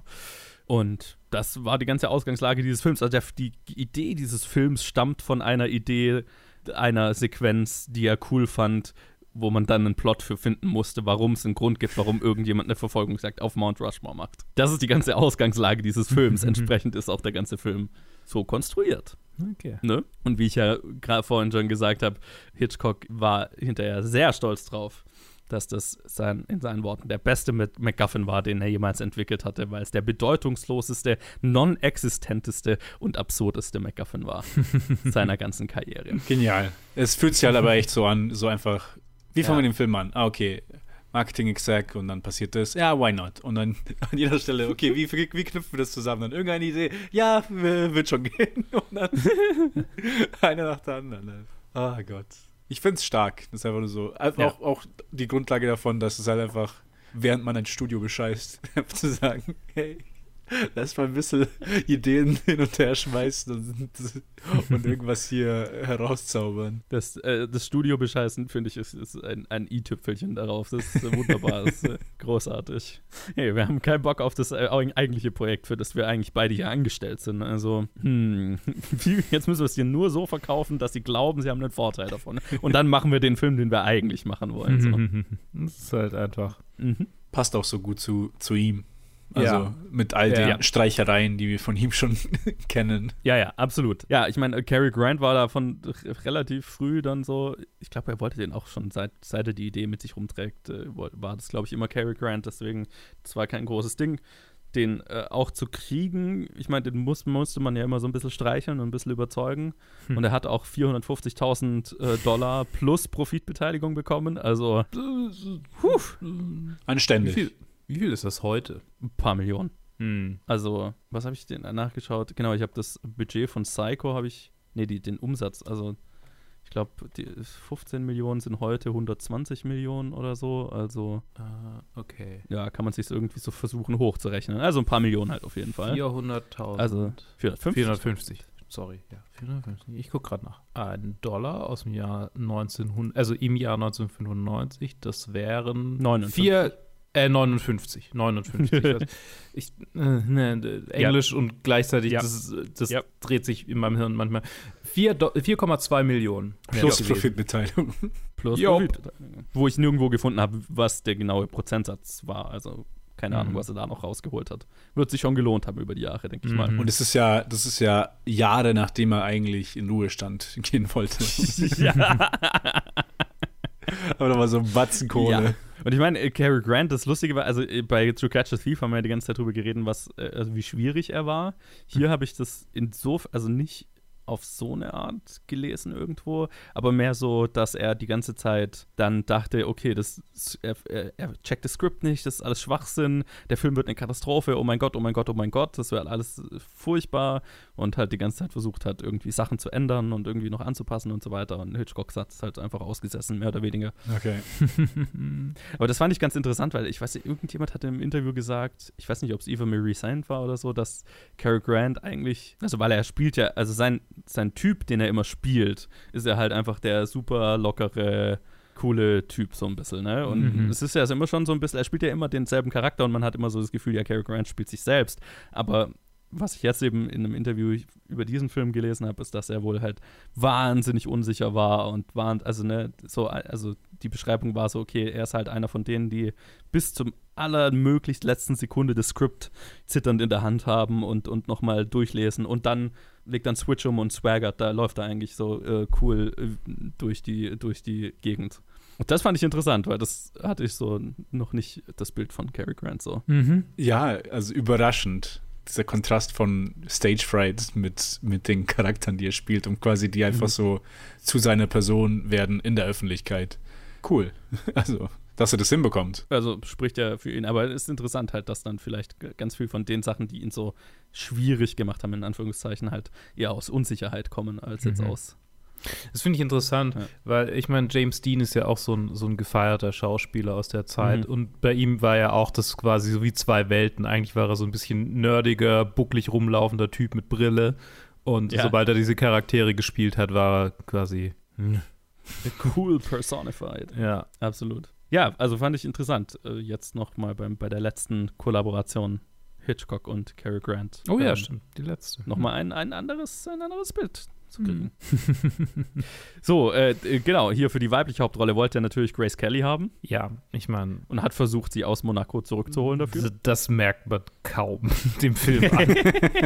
Und das war die ganze Ausgangslage dieses Films. Also der, die Idee dieses Films stammt von einer Idee einer Sequenz, die er cool fand, wo man dann einen Plot für finden musste, warum es einen Grund gibt, warum irgendjemand eine Verfolgungsjagd auf Mount Rushmore macht. Das ist die ganze Ausgangslage dieses Films. Entsprechend ist auch der ganze Film so konstruiert. Okay. Ne? Und wie ich ja gerade vorhin schon gesagt habe, Hitchcock war hinterher sehr stolz drauf, dass das sein, in seinen Worten der beste MacGuffin war, den er jemals entwickelt hatte, weil es der bedeutungsloseste, non-existenteste und absurdeste MacGuffin war seiner ganzen Karriere. Genial. Es fühlt sich halt aber echt so an, so einfach. Wie fangen Ja. wir den Film an? Ah, okay. Marketing-Exec und dann passiert das. Ja, why not? Und dann an jeder Stelle, okay, wie, wie, wie knüpfen wir das zusammen? Dann irgendeine Idee. Ja, w- wird schon gehen. Und dann eine nach der anderen. Ah Gott. Ich finde es stark. Das ist einfach nur so. Einfach Ja. auch, auch die Grundlage davon, dass es halt einfach, während man ein Studio bescheißt, einfach zu sagen, hey, lass mal ein bisschen Ideen hin und her schmeißen und, und irgendwas hier herauszaubern. Das, äh, das Studio bescheißen, finde ich, ist, ist ein, ein i-Tüpfelchen darauf. Das ist äh, wunderbar, das ist äh, großartig. Hey, wir haben keinen Bock auf das äh, eigentliche Projekt, für das wir eigentlich beide hier angestellt sind. Also, hm, wie, jetzt müssen wir es dir nur so verkaufen, dass sie glauben, sie haben einen Vorteil davon. Und dann machen wir den Film, den wir eigentlich machen wollen. So. Das ist halt einfach. Mhm. Passt auch so gut zu, zu ihm. Also Ja. mit all den Ja. Streichereien, die wir von ihm schon kennen. Ja, ja, absolut. Ja, ich meine, äh, Cary Grant war davon r- relativ früh dann so, ich glaube, er wollte den auch schon, seit, seit er die Idee mit sich rumträgt, äh, war das, glaube ich, immer Cary Grant, deswegen, das war kein großes Ding. den äh, auch zu kriegen, ich meine, den muss, musste man ja immer so ein bisschen streicheln und ein bisschen überzeugen. Hm. Und er hat auch vierhundertfünfzigtausend äh, Dollar plus Profitbeteiligung bekommen. Also, puh. Anständig. Wie viel, wie viel ist das heute? Ein paar Millionen. Hm. Also, was habe ich denn nachgeschaut? Genau, ich habe das Budget von Psycho, habe ich, nee, die, den Umsatz, also ich glaube, die fünfzehn Millionen sind heute hundertzwanzig Millionen oder so. Also, uh, okay. Ja, kann man sich irgendwie so versuchen hochzurechnen. Also ein paar Millionen halt auf jeden Fall. vierhunderttausend. Also vierhundertfünfzig. vierhundertfünfzig. Sorry, ja, vierhundertfünfzig. Ich gucke gerade nach. Ein Dollar aus dem Jahr neunzehnhundert, also im Jahr neunzehnhundertfünfundneunzig, das wären neunundfünfzig. Vier, äh, neunundfünfzig. neunundfünfzig. ich, äh, ne, Englisch ja. und gleichzeitig, ja. das, das ja. dreht sich in meinem Hirn manchmal. vier Komma zwei Millionen. Plus Profitbeteiligung. Plus Profitbeteiligung. Wo ich nirgendwo gefunden habe, was der genaue Prozentsatz war. Also keine Ahnung, mhm. was er da noch rausgeholt hat. Wird sich schon gelohnt haben über die Jahre, denke ich mhm. mal. Und es ist ja, das ist ja Jahre, nachdem er eigentlich in Ruhestand gehen wollte. ja. Aber da war so ein Batzen Kohle. Ja. Und ich meine, Cary Grant, das Lustige war, also bei To Catch a Thief haben wir ja die ganze Zeit drüber geredet, was, also wie schwierig er war. Hier mhm. habe ich das insofern, also nicht auf so eine Art gelesen irgendwo, aber mehr so, dass er die ganze Zeit dann dachte, okay, das, er, er checkt das Skript nicht, das ist alles Schwachsinn, der Film wird eine Katastrophe, oh mein Gott, oh mein Gott, oh mein Gott, das wäre alles furchtbar und halt die ganze Zeit versucht hat, irgendwie Sachen zu ändern und irgendwie noch anzupassen und so weiter und Hitchcock hat es halt einfach ausgesessen, mehr oder weniger. Okay. Aber das fand ich ganz interessant, weil ich weiß nicht, irgendjemand hatte im Interview gesagt, ich weiß nicht, ob es Eva Marie Saint war oder so, dass Cary Grant eigentlich, also weil er spielt ja, also sein sein Typ, den er immer spielt, ist er halt einfach der super lockere, coole Typ so ein bisschen, ne? Und mhm. es ist ja also immer schon so ein bisschen, er spielt ja immer denselben Charakter und man hat immer so das Gefühl, ja, Cary Grant spielt sich selbst. Aber was ich jetzt eben in einem Interview über diesen Film gelesen habe, ist, dass er wohl halt wahnsinnig unsicher war und war, also ne, so, also die Beschreibung war so, okay, er ist halt einer von denen, die bis zum allermöglichst letzten Sekunde das Skript zitternd in der Hand haben und, und nochmal durchlesen und dann legt dann Switch um und swaggert, da läuft er eigentlich so äh, cool äh, durch, die, durch die Gegend. Und das fand ich interessant, weil das hatte ich so noch nicht, das Bild von Cary Grant so. Mhm. Ja, also überraschend. Dieser Kontrast von Stage Fright mit, mit den Charakteren, die er spielt und quasi die einfach mhm. so zu seiner Person werden in der Öffentlichkeit. Cool. Also, dass er das hinbekommt. Also spricht ja für ihn, aber es ist interessant halt, dass dann vielleicht ganz viel von den Sachen, die ihn so schwierig gemacht haben, in Anführungszeichen, halt eher aus Unsicherheit kommen, als mhm. jetzt aus. Das finde ich interessant, ja. weil ich meine, James Dean ist ja auch so ein, so ein gefeierter Schauspieler aus der Zeit mhm. und bei ihm war ja auch das quasi so wie zwei Welten. Eigentlich war er so ein bisschen nerdiger, bucklig rumlaufender Typ mit Brille und ja. sobald er diese Charaktere gespielt hat, war er quasi cool personified. Ja, absolut. Ja, also fand ich interessant, jetzt noch mal beim, bei der letzten Kollaboration Hitchcock und Cary Grant. Oh ja, ähm, stimmt, die letzte. Nochmal ein, ein, anderes, ein anderes Bild zu kriegen. Hm. So, äh, genau, hier für die weibliche Hauptrolle wollte er natürlich Grace Kelly haben. Ja, ich meine. Und hat versucht, sie aus Monaco zurückzuholen dafür. Das merkt man kaum dem Film an.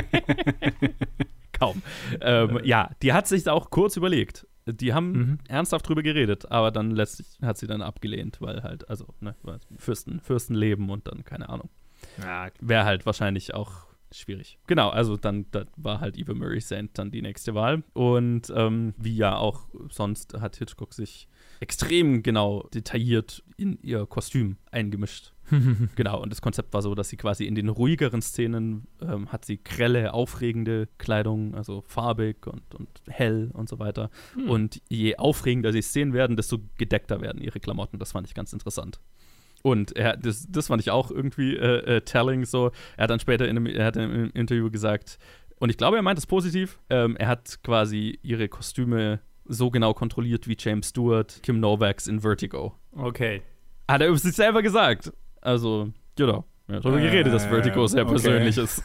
Kaum. Ähm, ja, die hat sich auch kurz überlegt. Die haben mhm. ernsthaft drüber geredet, aber dann letztlich hat sie dann abgelehnt, weil halt, also, ne, Fürsten, Fürstenleben und dann, keine Ahnung. Ja, wäre halt wahrscheinlich auch schwierig. Genau, also dann, dann war halt Eva Marie Saint dann die nächste Wahl. Und ähm, wie ja auch sonst hat Hitchcock sich extrem genau detailliert in ihr Kostüm eingemischt. Genau, und das Konzept war so, dass sie quasi in den ruhigeren Szenen ähm, hat sie grelle, aufregende Kleidung, also farbig und, und hell und so weiter. Hm. Und je aufregender die Szenen werden, desto gedeckter werden ihre Klamotten. Das fand ich ganz interessant. Und er, das, das fand ich auch irgendwie äh, äh, telling so. Er hat dann später in einem, er hat in einem Interview gesagt, und ich glaube, er meint es positiv, ähm, er hat quasi ihre Kostüme so genau kontrolliert wie James Stewart, Kim Novaks in Vertigo. Okay. Hat er über sich selber gesagt. Also, genau. Er hat darüber äh, geredet, dass Vertigo sehr okay. persönlich ist.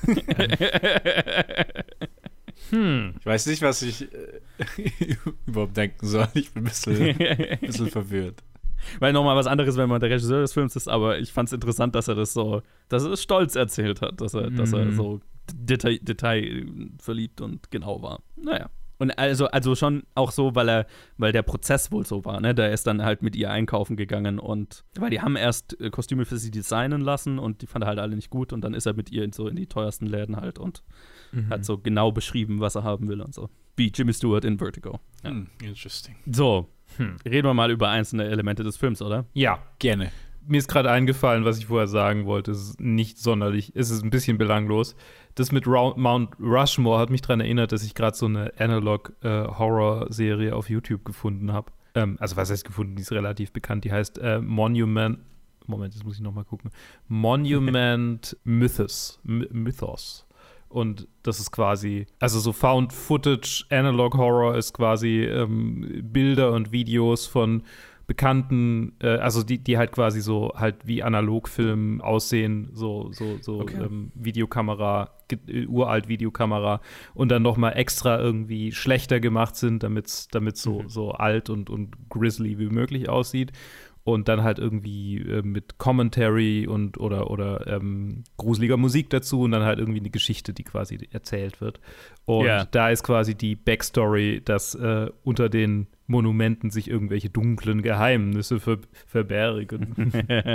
hm. Ich weiß nicht, was ich äh, überhaupt denken soll. Ich bin ein bisschen, ein bisschen verwirrt. Weil nochmal was anderes, wenn man der Regisseur des Films ist, aber ich fand es interessant, dass er das so, dass er das stolz erzählt hat, dass er, mm. dass er so Detail, Detail verliebt und genau war. Naja. Und also, also schon auch so, weil er, weil der Prozess wohl so war, ne? Der ist dann halt mit ihr einkaufen gegangen und weil die haben erst äh, Kostüme für sie designen lassen und die fand er halt alle nicht gut und dann ist er mit ihr in so in die teuersten Läden halt und mhm. hat so genau beschrieben, was er haben will und so. Wie Jimmy Stewart in Vertigo. Ja. Hm, interesting. So, hm. reden wir mal über einzelne Elemente des Films, oder? Ja, gerne. Mir ist gerade eingefallen, was ich vorher sagen wollte. Es ist nicht sonderlich, es ist ein bisschen belanglos. Das mit Ra- Mount Rushmore hat mich daran erinnert, dass ich gerade so eine Analog-Horror-Serie äh, auf YouTube gefunden habe. Ähm, also was heißt gefunden? Die ist relativ bekannt. Die heißt äh, Monument. Moment, jetzt muss ich noch mal gucken. Monument Mythos. M- Mythos. Und das ist quasi, also so Found-Footage, Analog-Horror ist quasi ähm, Bilder und Videos von bekannten, äh, also die, die halt quasi so halt wie Analogfilm aussehen, so, so, so okay. ähm, Videokamera, ge- uralt Videokamera und dann nochmal extra irgendwie schlechter gemacht sind, damit es so, mhm. so alt und, und grisly wie möglich aussieht. Und dann halt irgendwie äh, mit Commentary und oder, oder ähm, gruseliger Musik dazu und dann halt irgendwie eine Geschichte, die quasi erzählt wird. Und yeah. da ist quasi die Backstory, dass äh, unter den Monumenten sich irgendwelche dunklen Geheimnisse ver- verbergen.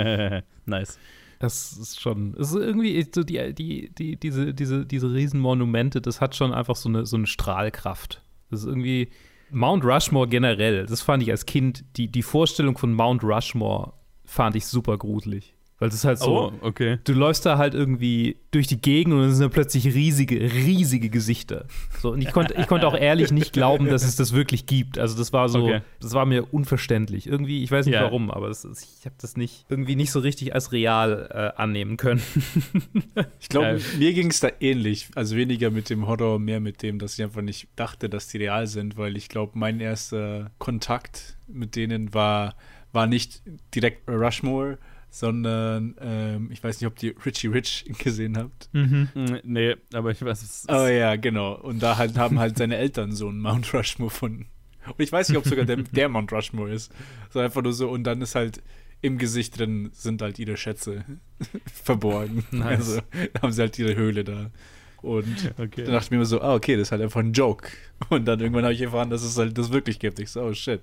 Nice. Das ist schon, das ist irgendwie so die, die, die, diese, diese, diese Riesenmonumente, das hat schon einfach so eine, so eine Strahlkraft. Das ist irgendwie Mount Rushmore generell, das fand ich als Kind, die, die Vorstellung von Mount Rushmore fand ich super gruselig. Weil es ist halt so, oh, okay. du läufst da halt irgendwie durch die Gegend und es sind da plötzlich riesige, riesige Gesichter. So, und ich konnte ich konnte auch ehrlich nicht glauben, dass es das wirklich gibt. Also das war so, okay. das war mir unverständlich. Irgendwie, ich weiß nicht yeah. warum, aber das, ich habe das nicht, irgendwie nicht so richtig als real äh, annehmen können. Ich glaube, mir ging es da ähnlich. Also weniger mit dem Horror, mehr mit dem, dass ich einfach nicht dachte, dass die real sind, weil ich glaube, mein erster Kontakt mit denen war, war nicht direkt Rushmore, sondern ähm, ich weiß nicht, ob ihr Richie Rich gesehen habt. Mhm. Nee, aber ich weiß es. Oh ja, genau. Und da halt, haben halt seine Eltern so einen Mount Rushmore von. Und ich weiß nicht, ob sogar der, der Mount Rushmore ist. So einfach nur so. Und dann ist halt im Gesicht drin sind halt ihre Schätze verborgen. Nice. Also haben sie halt ihre Höhle da. Und okay. dann dachte ich mir immer so, ah, okay, das ist halt einfach ein Joke. Und dann irgendwann habe ich erfahren, dass es halt das wirklich gibt. Ich so, oh shit.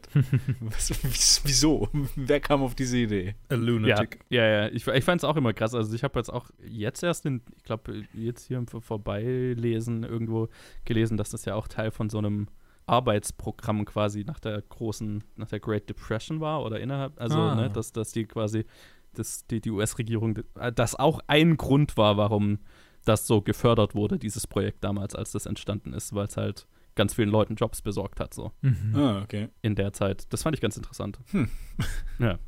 Was, wieso? Wer kam auf diese Idee? A lunatic. Ja, ja, ja. Ich, ich fand es auch immer krass. Also ich habe jetzt auch jetzt erst, in, ich glaube, jetzt hier im Vorbeilesen irgendwo gelesen, dass das ja auch Teil von so einem Arbeitsprogramm quasi nach der großen, nach der Great Depression war oder innerhalb, also, ah. ne, dass, dass die quasi, dass die, die U S-Regierung, das auch ein Grund war, warum das so gefördert wurde, dieses Projekt damals, als das entstanden ist, weil es halt ganz vielen Leuten Jobs besorgt hat, so. Mhm. Ah, okay. In der Zeit. Das fand ich ganz interessant. Hm. Ja.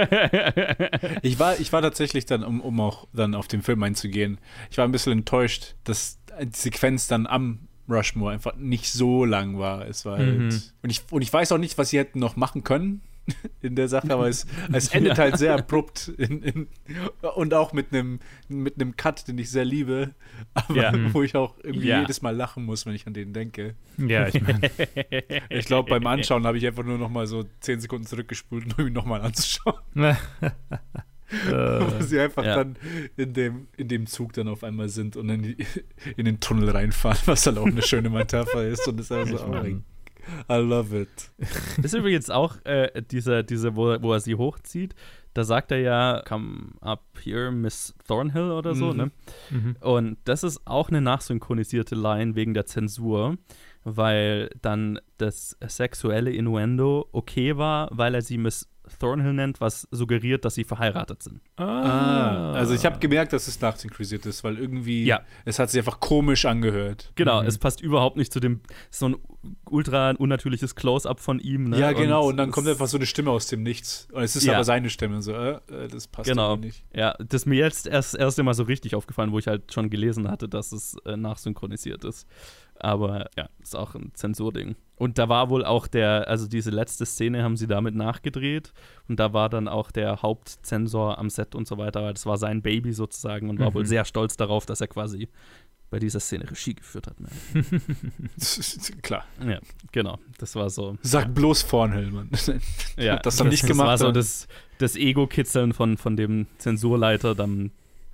ich, war, ich war tatsächlich dann, um, um auch dann auf den Film einzugehen, ich war ein bisschen enttäuscht, dass die Sequenz dann am Rushmore einfach nicht so lang war. Es war halt, mhm. und, ich, und ich weiß auch nicht, was sie hätten noch machen können in der Sache, aber es, es endet ja. halt sehr abrupt in, in, und auch mit einem mit einem Cut, den ich sehr liebe, aber ja. wo ich auch irgendwie ja. jedes Mal lachen muss, wenn ich an den denke. Ja, ich meine. Ich glaube, beim Anschauen habe ich einfach nur noch mal so zehn Sekunden zurückgespult, um ihn noch mal anzuschauen. Wo sie einfach ja. dann in dem, in dem Zug dann auf einmal sind und in, die, in den Tunnel reinfahren, was dann auch eine schöne Metapher ist und es ist also auch ein I love it. Das ist übrigens auch äh, diese, diese wo, wo er sie hochzieht. Da sagt er ja, come up here, Miss Thornhill oder so, mhm. ne? Mhm. Und das ist auch eine nachsynchronisierte Line wegen der Zensur, weil dann das sexuelle Innuendo okay war, weil er sie Miss Thornhill nennt, was suggeriert, dass sie verheiratet sind. Ah, also ich habe gemerkt, dass es nachsynchronisiert ist, weil irgendwie, ja. es hat sich einfach komisch angehört. Genau, mhm. es passt überhaupt nicht zu dem, so ein ultra unnatürliches Close-Up von ihm. Ne? Ja, genau, und, und dann kommt einfach so eine Stimme aus dem Nichts. Und es ist ja. aber seine Stimme, so, äh, das passt genau. irgendwie nicht. Ja, das ist mir jetzt erst erst mal so richtig aufgefallen, wo ich halt schon gelesen hatte, dass es äh, nachsynchronisiert ist. Aber ja, ist auch ein Zensurding. Und da war wohl auch der, also diese letzte Szene haben sie damit nachgedreht und da war dann auch der Hauptzensor am Set und so weiter, weil das war sein Baby sozusagen und war mhm. wohl sehr stolz darauf, dass er quasi bei dieser Szene Regie geführt hat. Klar. Ja, genau. Das war so. Sag bloß Thornhill, Mann. Ja, das haben nicht das gemacht. Das war so das, das Ego-Kitzeln von, von dem Zensurleiter, dann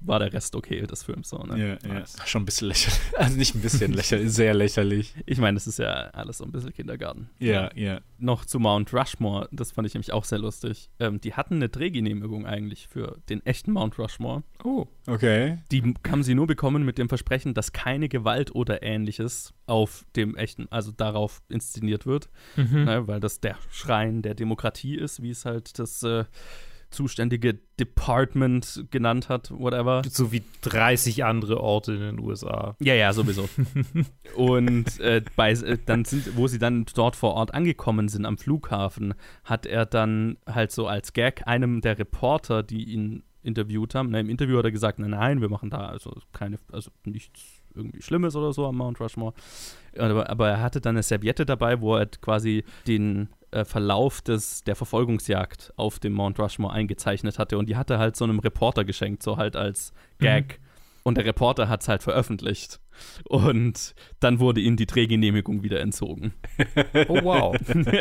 war der Rest okay des Films so, ne? Ja, ja. Schon ein bisschen lächerlich. Also nicht ein bisschen lächerlich, sehr lächerlich. Ich meine, das ist ja alles so ein bisschen Kindergarten. Ja, ja. Noch zu Mount Rushmore, das fand ich nämlich auch sehr lustig. Ähm, die hatten eine Drehgenehmigung eigentlich für den echten Mount Rushmore. Oh, okay. Die haben sie nur bekommen mit dem Versprechen, dass keine Gewalt oder Ähnliches auf dem echten, also darauf inszeniert wird, Mhm. ne, weil das der Schrein der Demokratie ist, wie es halt das äh, zuständige Department genannt hat, whatever. So wie dreißig andere Orte in den U S A. Ja, ja, sowieso. Und äh, bei, äh, dann sind, wo sie dann dort vor Ort angekommen sind am Flughafen, hat er dann halt so als Gag einem der Reporter, die ihn interviewt haben, na, im Interview hat er gesagt, nein, nein, wir machen da also keine, also nichts irgendwie Schlimmes oder so am Mount Rushmore. Aber, aber er hatte dann eine Serviette dabei, wo er quasi den äh, Verlauf des, der Verfolgungsjagd auf dem Mount Rushmore eingezeichnet hatte und die hatte halt so einem Reporter geschenkt, so halt als Gag. Mhm. Und der Reporter hat es halt veröffentlicht. Und dann wurde ihm die Drehgenehmigung wieder entzogen. Oh, wow.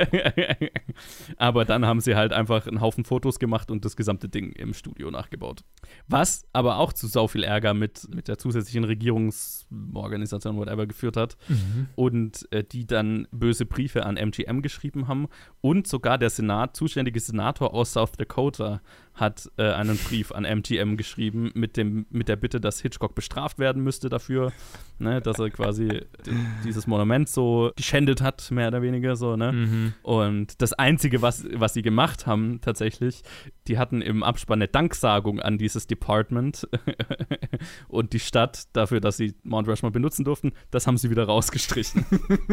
Aber dann haben sie halt einfach einen Haufen Fotos gemacht und das gesamte Ding im Studio nachgebaut. Was aber auch zu sau viel Ärger mit, mit der zusätzlichen Regierungsorganisation whatever geführt hat. Mhm. Und äh, die dann böse Briefe an M G M geschrieben haben. Und sogar der Senat, zuständige Senator aus South Dakota hat äh, einen Brief an M G M geschrieben mit, dem, mit der Bitte, dass Hitchcock bestraft werden müsste dafür, ne, dass er quasi d- dieses Monument so geschändet hat, mehr oder weniger so, ne? Mhm. Und das Einzige, was, was sie gemacht haben, tatsächlich, die hatten im Abspann eine Danksagung an dieses Department und die Stadt dafür, dass sie Mount Rushmore benutzen durften, das haben sie wieder rausgestrichen.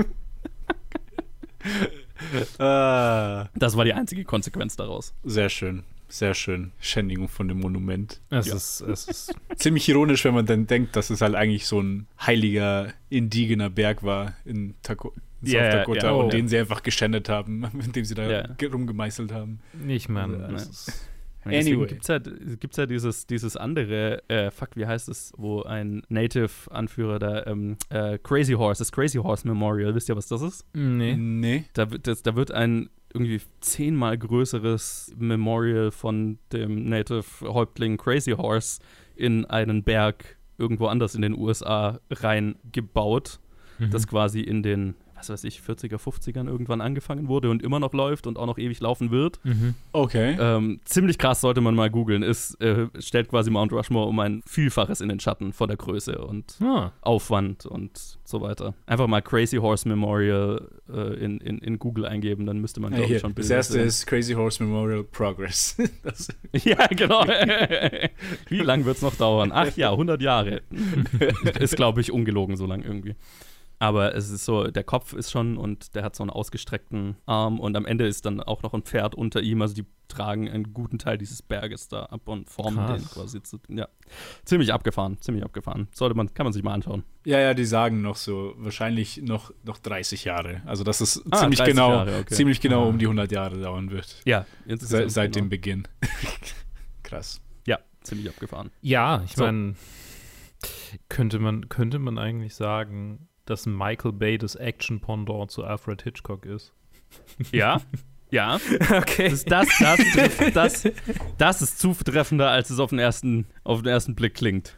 Ah, Das war die einzige Konsequenz daraus. sehr schön. Sehr schön. Schändigung von dem Monument. Es, Ja. ist, es ist Ziemlich ironisch, wenn man dann denkt, dass es halt eigentlich so ein heiliger indigener Berg war in, Taco- in South Ja, ja, Dakota ja. und Oh. den sie einfach geschändet haben, indem sie da Ja. ge- rumgemeißelt haben. nicht, Mann. Ja, Es ne. ist, Anyway. Gibt es ja, gibt's ja dieses, dieses andere, äh, fuck, wie heißt es, wo ein Native-Anführer, der ähm, äh, Crazy Horse, das Crazy Horse Memorial, wisst ihr, was das ist? nee. Nee. Da, wird- das, da wird ein irgendwie zehnmal größeres Memorial von dem Native-Häuptling Crazy Horse in einen Berg irgendwo anders in den U S A reingebaut, Mhm. das quasi in den, was weiß ich, vierziger, fünfzigern irgendwann angefangen wurde und immer noch läuft und auch noch ewig laufen wird. Mhm. Okay. Ähm, ziemlich krass, sollte man mal googeln. Es äh, stellt quasi Mount Rushmore um ein Vielfaches in den Schatten von der Größe und Ah. Aufwand und so weiter. Einfach mal Crazy Horse Memorial äh, in, in, in Google eingeben, dann müsste man, Ja, glaube hier, ich, schon das Bilder erste sehen. ist Crazy Horse Memorial Progress. Das, Ja, genau. Wie lang wird es noch dauern? Ach ja, hundert Jahre. Ist, glaube ich, ungelogen so lang irgendwie. Aber es ist so, der Kopf ist schon und der hat so einen ausgestreckten Arm und am Ende ist dann auch noch ein Pferd unter ihm. Also die tragen einen guten Teil dieses Berges da ab und formen Krass. den quasi zu. Ja, ziemlich abgefahren, ziemlich abgefahren. Sollte man, kann man sich mal anschauen. ja, ja, die sagen noch so, wahrscheinlich noch, noch dreißig Jahre. Also, dass es Ah, ziemlich dreißig genau, Jahre, okay. ziemlich genau Ah. um die hundert Jahre dauern wird. Ja, Se insgesamt. seit genau. dem Beginn. Krass. Ja, ziemlich abgefahren. Ja, ich So. meine, könnte man, könnte man eigentlich sagen, dass Michael Bay das Action-Pendant zu Alfred Hitchcock ist? Ja, ja. Okay. Das, das, das, trifft, das, das ist zutreffender, als es auf den ersten, auf den ersten Blick klingt.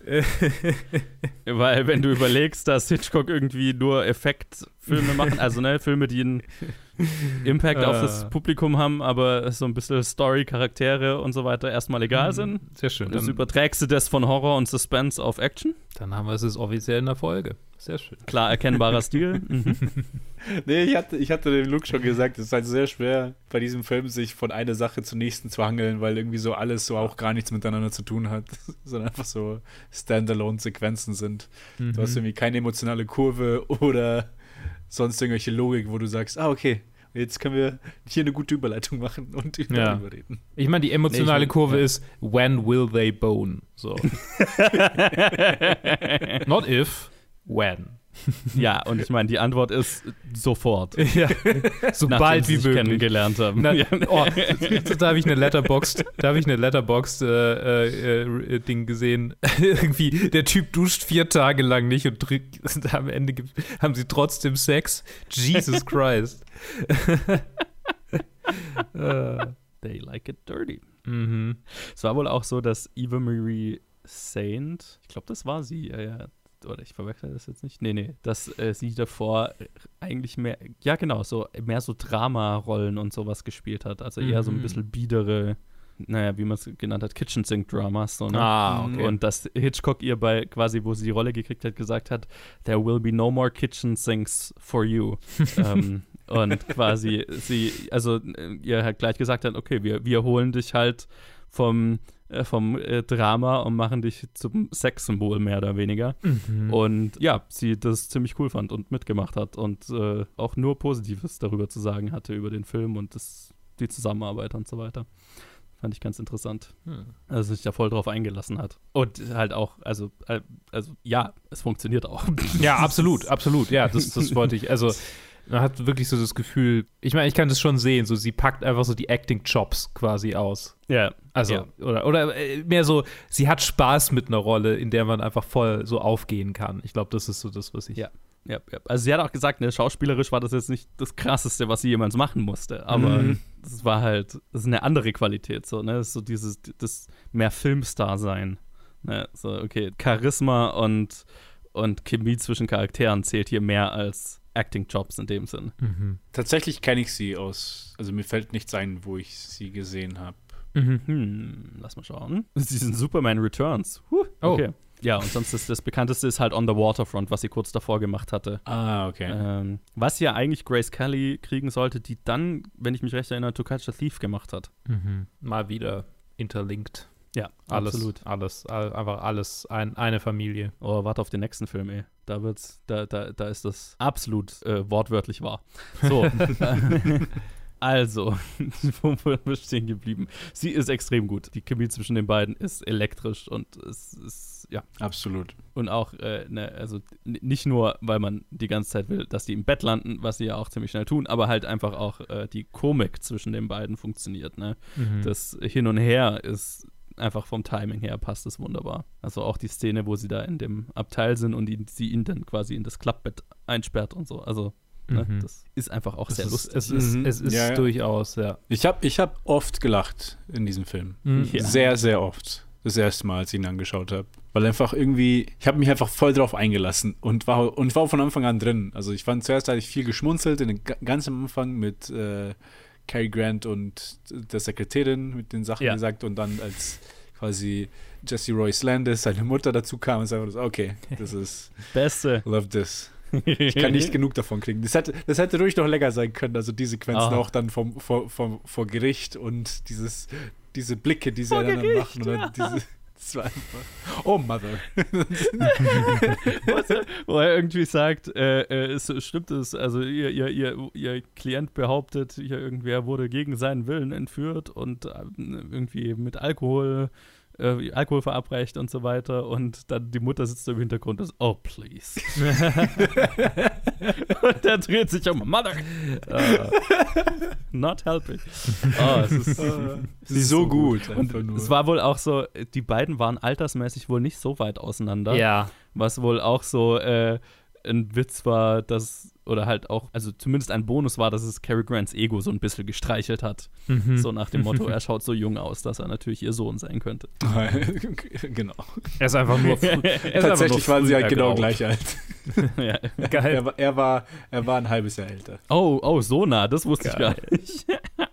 Weil, wenn du überlegst, dass Hitchcock irgendwie nur Effektfilme machen, also ne, Filme, die einen Impact auf das Ah. Publikum haben, aber so ein bisschen Story, Charaktere und so weiter erstmal egal sind. Sehr schön. Und jetzt Dann, überträgst du das von Horror und Suspense auf Action. dann haben wir es jetzt offiziell in der Folge. Sehr schön. Klar erkennbarer Stil. Mhm. Nee, ich hatte, ich hatte dem Luke schon gesagt, es ist halt sehr schwer, bei diesem Film sich von einer Sache zur nächsten zu hangeln, weil irgendwie so alles so auch gar nichts miteinander zu tun hat, sondern einfach so Standalone-Sequenzen sind. Mhm. Du hast irgendwie keine emotionale Kurve oder sonst irgendwelche Logik, wo du sagst, ah, okay, jetzt können wir hier eine gute Überleitung machen und über Ja. darüber reden. Ich meine, die emotionale Nee, ich mein- Kurve ja. ist, when will they bone? So. Not if, when. Ja, und ich meine, die Antwort ist sofort. Ja. So Nachdem bald sie wie sich möglich. kennengelernt haben. Na, Ja. oh, da habe ich eine Letterboxd, da habe ich eine Letterboxd äh, äh, äh, Ding gesehen. Irgendwie der Typ duscht vier Tage lang nicht und, drückt, und am Ende gibt, haben sie trotzdem Sex. Jesus Christ. äh, They like it dirty. mhm. Es war wohl auch so, dass Eva Marie Saint, ich glaube, das war sie, ja, ja. Oder ich verwechsel das jetzt nicht. Nee, nee, dass äh, sie davor eigentlich mehr, ja genau, so mehr so Drama-Rollen und sowas gespielt hat. Also eher so ein bisschen biedere, naja, wie man es genannt hat, Kitchen-Sink-Dramas. So, ne? Ah, okay. Und dass Hitchcock ihr bei quasi, wo sie die Rolle gekriegt hat, gesagt hat, there will be no more kitchen sinks for you. ähm, und quasi sie, also ihr halt gleich gesagt hat, okay, wir, wir holen dich halt vom vom äh, Drama und machen dich zum Sexsymbol mehr oder weniger. Mhm. Und ja, sie das ziemlich cool fand und mitgemacht hat und äh, auch nur Positives darüber zu sagen hatte über den Film und das, die Zusammenarbeit und so weiter. Fand ich ganz interessant. Hm. Also sich da voll drauf eingelassen hat. Und halt auch, also, äh, also ja, es funktioniert auch. Ja, absolut, absolut. Ja, das, das wollte ich, also man hat wirklich so das Gefühl, ich meine, ich kann das schon sehen, so sie packt einfach so die Acting-Chops quasi aus. Ja. Also, ja. oder, oder mehr so, sie hat Spaß mit einer Rolle, in der man einfach voll so aufgehen kann. Ich glaube, das ist so das, was ich... Ja. Ja, ja. Also sie hat auch gesagt, ne, schauspielerisch war das jetzt nicht das Krasseste, was sie jemals machen musste, aber es mhm. war halt, das ist eine andere Qualität, so, ne, das ist so dieses, das mehr Filmstar sein, ne, so, okay, Charisma und, und Chemie zwischen Charakteren zählt hier mehr als Acting-Jobs in dem Sinn. Mhm. Tatsächlich kenne ich sie aus, also mir fällt nichts ein, wo ich sie gesehen habe. Mhm. Hm, lass mal schauen. Sie sind Superman Returns. Huh, okay. Oh. Ja, und sonst ist das bekannteste ist halt On the Waterfront, was sie kurz davor gemacht hatte. Ah, okay. Ähm, was ja eigentlich Grace Kelly kriegen sollte, die dann, wenn ich mich recht erinnere, To Catch a Thief gemacht hat. Mhm. Mal wieder interlinked. Ja, alles, absolut. Alles, all, einfach alles, ein, eine Familie. Oh, warte auf den nächsten Film, ey. Da wird's, da, da, da ist das absolut äh, wortwörtlich wahr. So. Also, wo sind wir stehen geblieben? Sie ist extrem gut. Die Chemie zwischen den beiden ist elektrisch und es ist, ja. Absolut. Und auch, äh, ne, also n- nicht nur, weil man die ganze Zeit will, dass die im Bett landen, was sie ja auch ziemlich schnell tun, aber halt einfach auch äh, die Komik zwischen den beiden funktioniert, ne? Mhm. Das Hin und Her ist einfach vom Timing her passt es wunderbar. Also auch die Szene, wo sie da in dem Abteil sind und ihn, sie ihn dann quasi in das Klappbett einsperrt und so. Also Ne? Mhm. Das ist einfach auch es sehr ist, lustig. Es ist, mhm. es ist ja, ja. durchaus, ja. Ich habe ich hab oft gelacht in diesem Film. Mhm. Ja. Sehr, sehr oft. Das erste Mal, als ich ihn angeschaut habe. Weil einfach irgendwie, ich habe mich einfach voll drauf eingelassen und war, und war von Anfang an drin. Also ich fand zuerst, hatte ich viel geschmunzelt, in den, ganz am Anfang mit äh, Cary Grant und der Sekretärin mit den Sachen ja. gesagt und dann als quasi Jesse Royce Landis, seine Mutter dazu kam und sagte, okay, das ist Beste. Love this. Ich kann nicht genug davon kriegen. Das hätte, das hätte ruhig noch länger sein können, also die Sequenzen oh. auch dann vom, vor, vor, vor Gericht und dieses, diese Blicke, die sie dann machen. Und dann ja. diese, das war einfach, oh Mother. Wo er irgendwie sagt, äh, äh, es stimmt es, also ihr, ihr, ihr, ihr Klient behauptet, hier irgendwer wurde gegen seinen Willen entführt und äh, irgendwie mit Alkohol Äh, Alkohol verabreicht und so weiter und dann die Mutter sitzt im Hintergrund und ist, oh, please. Und der dreht sich um, Mother. Uh, not helping. Oh, es ist, uh, es ist so, so gut. gut. Und nur. Es war wohl auch so, die beiden waren altersmäßig wohl nicht so weit auseinander. Ja. Was wohl auch so äh, ein Witz war, dass oder halt auch, also zumindest ein Bonus war, dass es Cary Grants Ego so ein bisschen gestreichelt hat. Mhm. So nach dem Motto, er schaut so jung aus, dass er natürlich ihr Sohn sein könnte. Genau. Er ist einfach nur früh, er Tatsächlich waren sie halt genau gleich alt. Ja. Geil. Er, er, war, er war ein halbes Jahr älter. Oh, oh, so nah, das wusste Geil. ich gar nicht.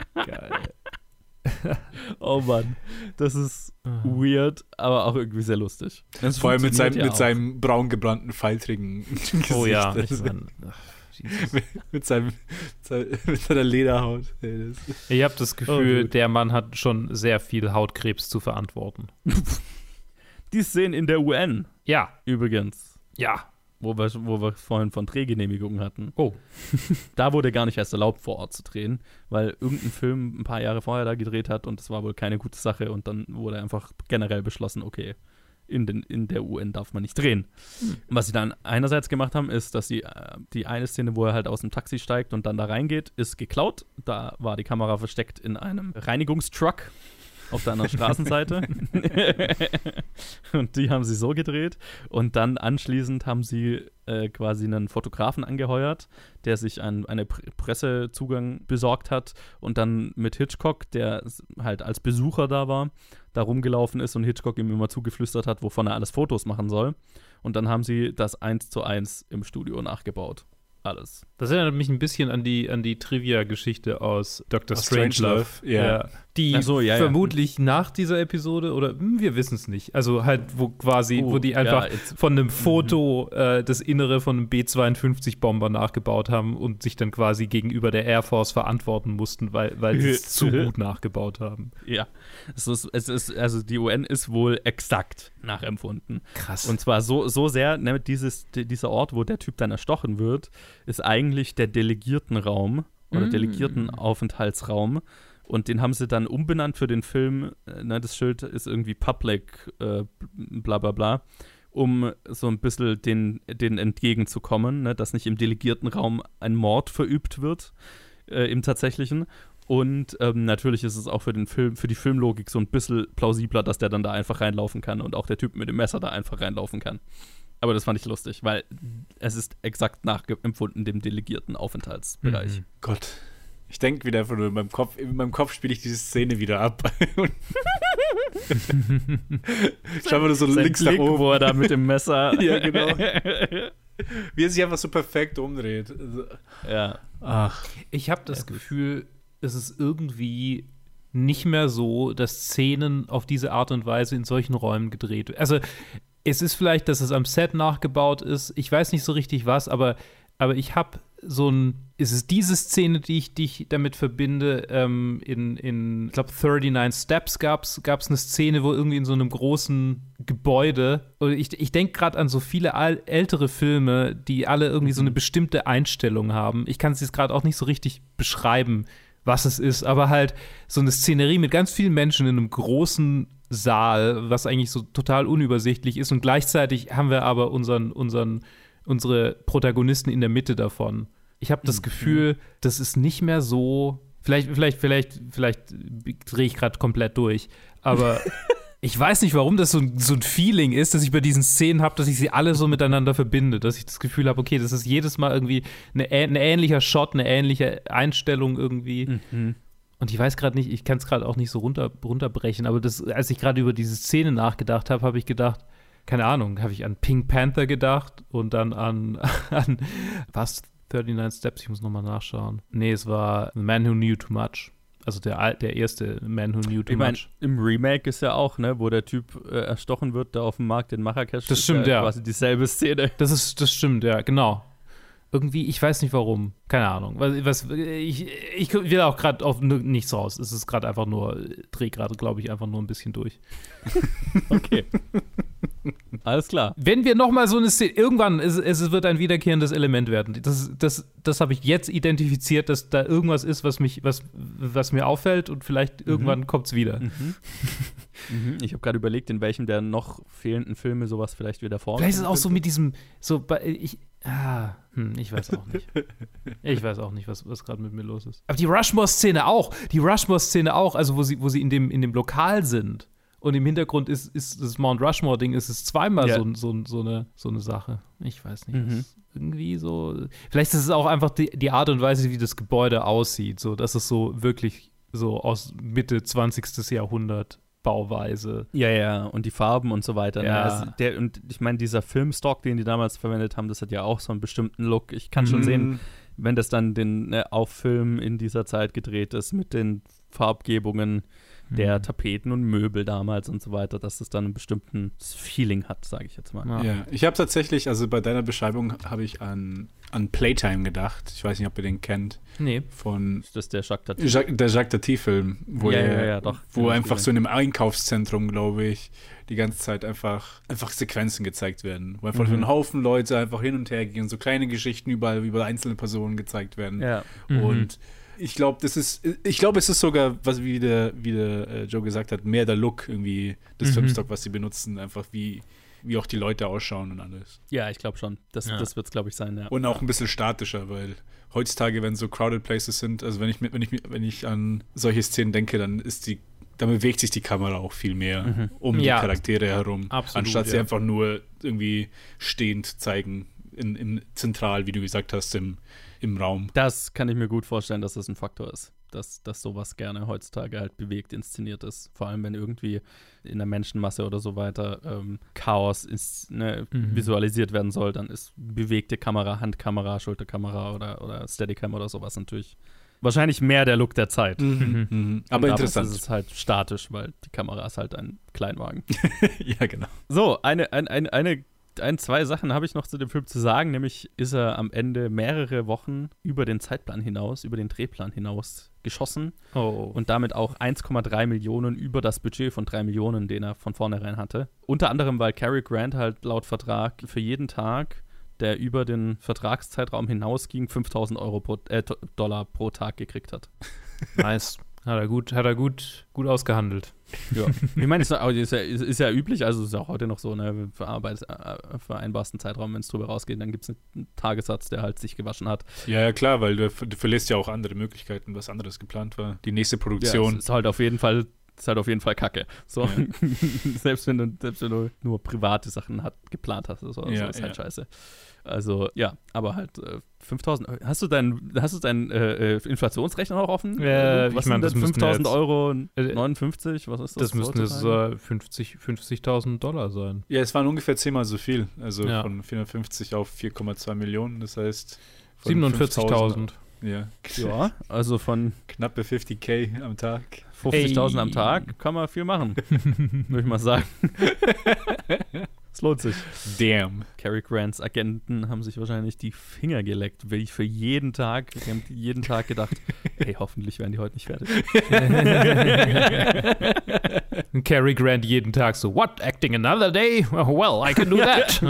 Geil. Oh Mann, das ist weird, aber auch irgendwie sehr lustig. Das Vor allem mit seinem, ja mit seinem braun gebrannten, faltrigen Gesicht. Oh ja. Ich mein, mit, mit, seinem, mit seiner Lederhaut. Ich habe das Gefühl, oh, der Mann hat schon sehr viel Hautkrebs zu verantworten. Die Szenen in der U N. Ja. Übrigens. Ja. Wo wir, wo wir vorhin von Drehgenehmigungen hatten. Oh. Da wurde gar nicht erst erlaubt, vor Ort zu drehen, weil irgendein Film ein paar Jahre vorher da gedreht hat und das war wohl keine gute Sache und dann wurde einfach generell beschlossen, okay, in, den, in der U N darf man nicht drehen. Hm. Was sie dann einerseits gemacht haben, ist, dass sie äh, die eine Szene, wo er halt aus dem Taxi steigt und dann da reingeht, ist geklaut. Da war die Kamera versteckt in einem Reinigungstruck. auf der anderen Straßenseite. Und die haben sie so gedreht. Und dann anschließend haben sie äh, quasi einen Fotografen angeheuert, der sich ein, einen P- Pressezugang besorgt hat und dann mit Hitchcock, der halt als Besucher da war, da rumgelaufen ist und Hitchcock ihm immer zugeflüstert hat, wovon er alles Fotos machen soll. Und dann haben sie das eins zu eins im Studio nachgebaut. Alles. Das erinnert mich ein bisschen an die, an die Trivia-Geschichte aus Doktor Aus Strangelove. Strangelove, ja. Ja. Die Ach so, ja, ja. vermutlich nach dieser Episode, oder hm, wir wissen es nicht, also halt, wo quasi, Oh, wo die einfach ja, jetzt- von einem Foto äh, das Innere von einem B zweiundfünfzig-Bomber nachgebaut haben und sich dann quasi gegenüber der Air Force verantworten mussten, weil, weil sie es zu gut nachgebaut haben. Ja, es ist, es ist, also die U N ist wohl exakt nachempfunden. Krass. Und zwar so, so sehr, ne, dieses, di- dieser Ort, wo der Typ dann erstochen wird, ist eigentlich der Delegiertenraum oder Mm. Delegiertenaufenthaltsraum. Und den haben sie dann umbenannt für den Film, äh, ne, das Schild ist irgendwie Public, äh, bla bla bla, um so ein bisschen den, den entgegenzukommen, ne, dass nicht im Delegiertenraum ein Mord verübt wird, äh, im Tatsächlichen. Und ähm, natürlich ist es auch für den Film, für die Filmlogik so ein bisschen plausibler, dass der dann da einfach reinlaufen kann und auch der Typ mit dem Messer da einfach reinlaufen kann. Aber das fand ich lustig, weil es ist exakt nachempfunden dem delegierten Aufenthaltsbereich. Mhm. Gott. Ich denke wieder einfach nur in meinem Kopf, in meinem Kopf spiele ich diese Szene wieder ab. Schau mal so Sein links Blick, nach oben. wo er da mit dem Messer. Ja, genau. Wie er sich einfach so perfekt umdreht. Also, Ja. ach. Ich habe das Gefühl, es ist irgendwie nicht mehr so, dass Szenen auf diese Art und Weise in solchen Räumen gedreht werden. Also es ist vielleicht, dass es am Set nachgebaut ist. Ich weiß nicht so richtig was, aber, aber ich habe so ein, es ist diese Szene, die ich, die ich damit verbinde, ähm, in, in, ich glaube, neununddreißig Steps gab es eine Szene, wo irgendwie in so einem großen Gebäude, oder ich, ich denke gerade an so viele al- ältere Filme, die alle irgendwie so eine bestimmte Einstellung haben. Ich kann es jetzt gerade auch nicht so richtig beschreiben, was es ist, aber halt so eine Szenerie mit ganz vielen Menschen in einem großen Saal, was eigentlich so total unübersichtlich ist, und gleichzeitig haben wir aber unseren, unseren, unsere Protagonisten in der Mitte davon. Ich habe das Gefühl, das ist nicht mehr so, vielleicht, vielleicht, vielleicht, vielleicht drehe ich gerade komplett durch, aber ich weiß nicht, warum das so ein, so ein Feeling ist, dass ich bei diesen Szenen habe, dass ich sie alle so miteinander verbinde, dass ich das Gefühl habe, okay, das ist jedes Mal irgendwie eine, ein ähnlicher Shot, eine ähnliche Einstellung irgendwie. Mhm. Und ich weiß gerade nicht, ich kann es gerade auch nicht so runter, runterbrechen, aber das, als ich gerade über diese Szene nachgedacht habe, habe ich gedacht, keine Ahnung, habe ich an Pink Panther gedacht und dann an, an was, neununddreißig Steps, ich muss nochmal nachschauen. Nee, es war The Man Who Knew Too Much. Also der, der erste Man Who Knew Too Ich meine, Much. im Remake ist ja auch, ne, wo der Typ äh, erstochen wird, da auf dem Markt in Marrakesch. Das ist stimmt, ja. Quasi dieselbe Szene. Das ist, das stimmt, ja, genau. Irgendwie, ich weiß nicht warum. Keine Ahnung. Was, was, ich, ich will auch gerade auf nichts raus. Es ist gerade einfach nur, drehe gerade, glaube ich, einfach nur ein bisschen durch. Okay. Alles klar. Wenn wir noch mal so eine Szene, irgendwann, es, es wird ein wiederkehrendes Element werden. Das, das, das habe ich jetzt identifiziert, dass da irgendwas ist, was, mich, was, was mir auffällt, und vielleicht irgendwann kommt es wieder. Mhm. mhm. Ich habe gerade überlegt, in welchem der noch fehlenden Filme sowas vielleicht wieder vorkommt. Vielleicht ist es auch so mit diesem, so, bei- ich, ah, hm, ich weiß auch nicht. Ich weiß auch nicht, was, was gerade mit mir los ist. Aber die Rushmore-Szene auch, die Rushmore-Szene auch, also wo sie, wo sie in dem, in dem Lokal sind und im Hintergrund ist, ist das Mount Rushmore-Ding, ist es zweimal Ja. so, so, so, eine, so eine Sache. Ich weiß nicht, Mhm. was irgendwie so, vielleicht ist es auch einfach die, die Art und Weise, wie das Gebäude aussieht, so, dass es so wirklich so aus Mitte zwanzigsten Jahrhundert Bauweise. Ja, ja, und die Farben und so weiter. Ja. Ne? Also der, und ich meine, dieser Filmstock, den die damals verwendet haben, das hat ja auch so einen bestimmten Look. Ich kann schon Mhm. sehen, wenn das dann den ne, auf Film in dieser Zeit gedreht ist, mit den Farbgebungen der Mhm. Tapeten und Möbel damals und so weiter, dass es dann ein bestimmtes Feeling hat, sage ich jetzt mal. Ja. Ja, ich habe tatsächlich, also bei deiner Beschreibung habe ich an, an Playtime gedacht. Ich weiß nicht, ob ihr den kennt. Nee. Von Ist das der Jacques Tati? Jacques, der Jacques Tati-Film, wo Ja, er, ja, ja, doch. wo Ja, einfach gesehen. so in einem Einkaufszentrum, glaube ich, die ganze Zeit einfach, einfach Sequenzen gezeigt werden. Wo einfach Mhm. ein Haufen Leute einfach hin und her gehen, so kleine Geschichten überall über einzelne Personen gezeigt werden. Ja. Mhm. Und ich glaube, das ist, ich glaube, es ist sogar, was wie der, wie der äh, Joe gesagt hat, mehr der Look irgendwie des Mhm. Filmstock, was sie benutzen, einfach wie, wie auch die Leute ausschauen und alles. Ja, ich glaube schon. Das, Ja. das wird es, glaube ich, sein, ja. Und auch ein bisschen statischer, weil heutzutage, wenn so crowded places sind, also wenn ich mit, wenn ich mit- wenn ich an solche Szenen denke, dann ist die da bewegt sich die Kamera auch viel mehr mhm. um ja, die Charaktere herum, absolut, anstatt sie ja. einfach nur irgendwie stehend zeigen, in, in zentral, wie du gesagt hast, im, im Raum. Das kann ich mir gut vorstellen, dass das ein Faktor ist, dass, dass sowas gerne heutzutage halt bewegt inszeniert ist. Vor allem, wenn irgendwie in der Menschenmasse oder so weiter ähm, Chaos ist, ne, mhm. visualisiert werden soll, dann ist bewegte Kamera, Handkamera, Schulterkamera oder, oder Steadicam oder sowas natürlich wahrscheinlich mehr der Look der Zeit. Mhm. Mhm. Aber interessant. Ist es halt statisch, weil die Kamera ist halt ein Kleinwagen. Ja, genau. So, eine, ein, ein, eine Ein, zwei Sachen habe ich noch zu dem Film zu sagen, nämlich ist er am Ende mehrere Wochen über den Zeitplan hinaus, über den Drehplan hinaus geschossen oh. und damit auch eins Komma drei Millionen über das Budget von drei Millionen, den er von vornherein hatte. Unter anderem, weil Cary Grant halt laut Vertrag für jeden Tag, der über den Vertragszeitraum hinausging, fünftausend Euro pro, äh, Dollar pro Tag gekriegt hat. Nice. Hat er gut, hat er gut, gut ausgehandelt. Ja. Ich meine, ist, ist, ja, ist, ist ja üblich, also ist ja auch heute noch so, ne, für Arbeit, äh, vereinbarsten Zeitraum, wenn es drüber rausgeht, dann gibt es einen Tagessatz, der halt sich gewaschen hat. Ja, ja, klar, weil du, du verlierst ja auch andere Möglichkeiten, was anderes geplant war. Die nächste Produktion. Ja, ist halt auf jeden Fall, ist halt auf jeden Fall Kacke. So, ja. selbst, wenn du, selbst wenn du nur private Sachen hat, geplant hast, oder so, ja, so ist halt ja. scheiße. Also, ja, aber halt äh, fünftausend, hast du deinen hast du deinen äh, Inflationsrechner noch offen? Äh, was ich mein, sind denn fünftausend jetzt, Euro neunundfünfzig? Was ist das? Das müssten jetzt äh, fünfzig, fünfzigtausend Dollar sein. Ja, es waren ungefähr zehnmal so viel. Also ja. von vierhundertfünfzig auf vier Komma zwei Millionen. Das heißt siebenundvierzigtausend. Ja. Ja, also von knappe fünfzig am Tag. fünfzigtausend am Tag kann man viel machen, würde ich mal sagen. Es lohnt sich. Damn. Cary Grants Agenten haben sich wahrscheinlich die Finger geleckt, wie für jeden Tag. Die haben jeden Tag gedacht, hey, hoffentlich werden die heute nicht fertig. Cary Grant jeden Tag so, what, acting another day? Well, I can do that.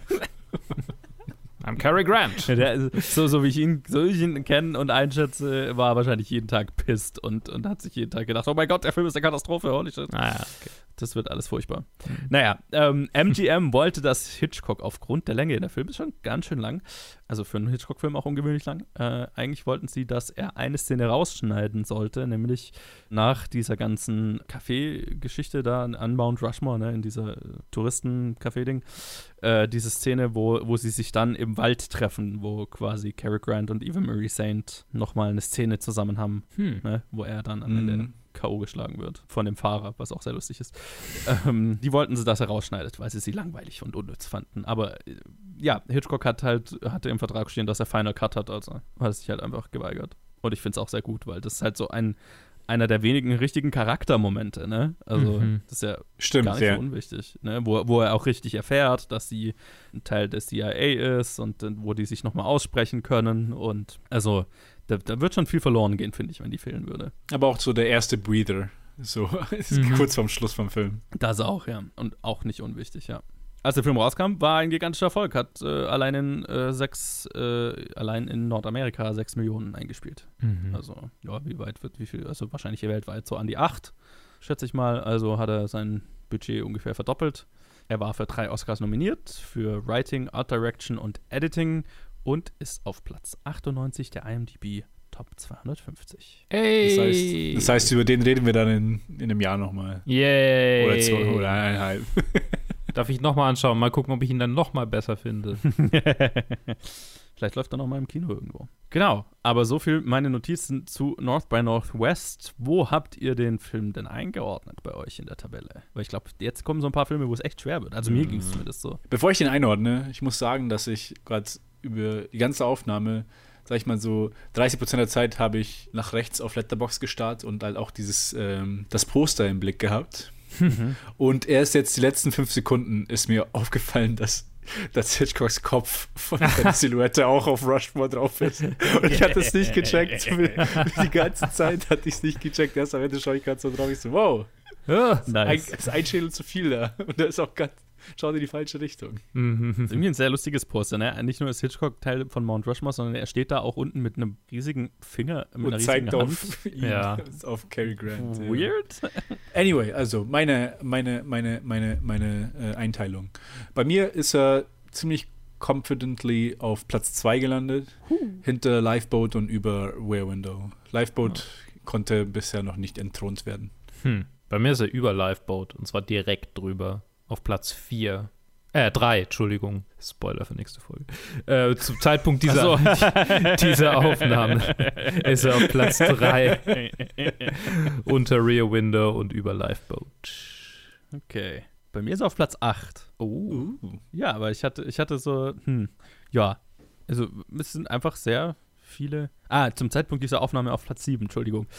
I'm Cary Grant. Der, so, so wie ich ihn, so wie ich ihn kenne und einschätze, war er wahrscheinlich jeden Tag pisst und, und hat sich jeden Tag gedacht, oh mein Gott, der Film ist eine Katastrophe, holy shit. Ah, ja, okay. Das wird alles furchtbar. Mhm. Naja, ähm, M G M wollte, dass Hitchcock aufgrund der Länge, der Film ist schon ganz schön lang, also für einen Hitchcock-Film auch ungewöhnlich lang, äh, eigentlich wollten sie, dass er eine Szene rausschneiden sollte, nämlich nach dieser ganzen Café-Geschichte da an Mount Rushmore, ne, in dieser äh, Touristen-Café-Ding, äh, diese Szene, wo, wo sie sich dann im Wald treffen, wo quasi Cary Grant und Eva Marie Saint nochmal eine Szene zusammen haben, hm. ne, wo er dann am Ende mhm. K O geschlagen wird von dem Fahrer, was auch sehr lustig ist. Ähm, die wollten sie, dass er rausschneidet, weil sie sie langweilig und unnütz fanden. Aber äh, ja, Hitchcock hat halt, hatte im Vertrag stehen, dass er Final Cut hat, also hat er sich halt einfach geweigert. Und ich finde es auch sehr gut, weil das ist halt so ein einer der wenigen richtigen Charaktermomente, ne? Also, mhm. das ist ja Stimmt, gar nicht ja. so unwichtig, ne? Wo, wo er auch richtig erfährt, dass sie ein Teil des C I A ist und äh, wo die sich nochmal aussprechen können und also Da, da wird schon viel verloren gehen, finde ich, wenn die fehlen würde. Aber auch so der erste Breather, so mhm. kurz vorm Schluss vom Film. Das auch, ja. Und auch nicht unwichtig, ja. Als der Film rauskam, war ein gigantischer Erfolg. Hat äh, allein in äh, sechs, äh, allein in Nordamerika sechs Millionen eingespielt. Mhm. Also, ja, wie weit wird, wie viel, also wahrscheinlich hier weltweit so an die acht, schätze ich mal. Also hat er sein Budget ungefähr verdoppelt. Er war für drei Oscars nominiert, für Writing, Art Direction und Editing und ist auf Platz achtundneunzig der I M D B Top zweihundertfünfzig. Ey! Das heißt, das heißt, über den reden wir dann in, in einem Jahr nochmal. Yay! Oder zwei oder eineinhalb. Darf ich nochmal anschauen, mal gucken, ob ich ihn dann nochmal besser finde. Vielleicht läuft er nochmal im Kino irgendwo. Genau, aber so viel meine Notizen zu North by Northwest. Wo habt ihr den Film denn eingeordnet bei euch in der Tabelle? Weil ich glaube, jetzt kommen so ein paar Filme, wo es echt schwer wird. Also mir mhm. ging es zumindest so. Bevor ich den einordne, ich muss sagen, dass ich gerade über die ganze Aufnahme, sag ich mal so, dreißig Prozent der Zeit habe ich nach rechts auf Letterboxd gestarrt und halt auch dieses, ähm, das Poster im Blick gehabt. Mhm. Und erst jetzt die letzten fünf Sekunden ist mir aufgefallen, dass, dass Hitchcocks Kopf von der Silhouette auch auf Rushmore drauf ist. Und ich hatte es nicht gecheckt. Die ganze Zeit hatte ich es nicht gecheckt. Erst am Ende schaue ich gerade so drauf. Ich so, wow. Ja, nice. Es ist ein Schädel zu viel da. Und da ist auch ganz, schaut in die falsche Richtung. Mhm. Das ist irgendwie ein sehr lustiges Poster, ne? Nicht nur ist Hitchcock Teil von Mount Rushmore, sondern er steht da auch unten mit einem riesigen Finger, mit und einer zeigt riesigen auf Hand. ihn, ja. auf Cary Grant. Weird. Ja. Anyway, also meine, meine, meine, meine, meine äh, Einteilung. Bei mir ist er ziemlich confidently auf Platz zwei gelandet, huh. hinter Lifeboat und über Rear Window. Lifeboat oh. konnte bisher noch nicht entthront werden. Hm. Bei mir ist er über Lifeboat und zwar direkt drüber. Auf Platz vier. Äh, drei, Entschuldigung. Spoiler für nächste Folge. Äh, zum Zeitpunkt dieser, dieser Aufnahme ist er auf Platz drei. Unter Rear Window und über Lifeboat. Okay. Bei mir ist er auf Platz acht. Oh. Uh. Ja, aber ich hatte, ich hatte so, hm, ja. Also, es sind einfach sehr viele. Ah, zum Zeitpunkt dieser Aufnahme auf Platz sieben, Entschuldigung.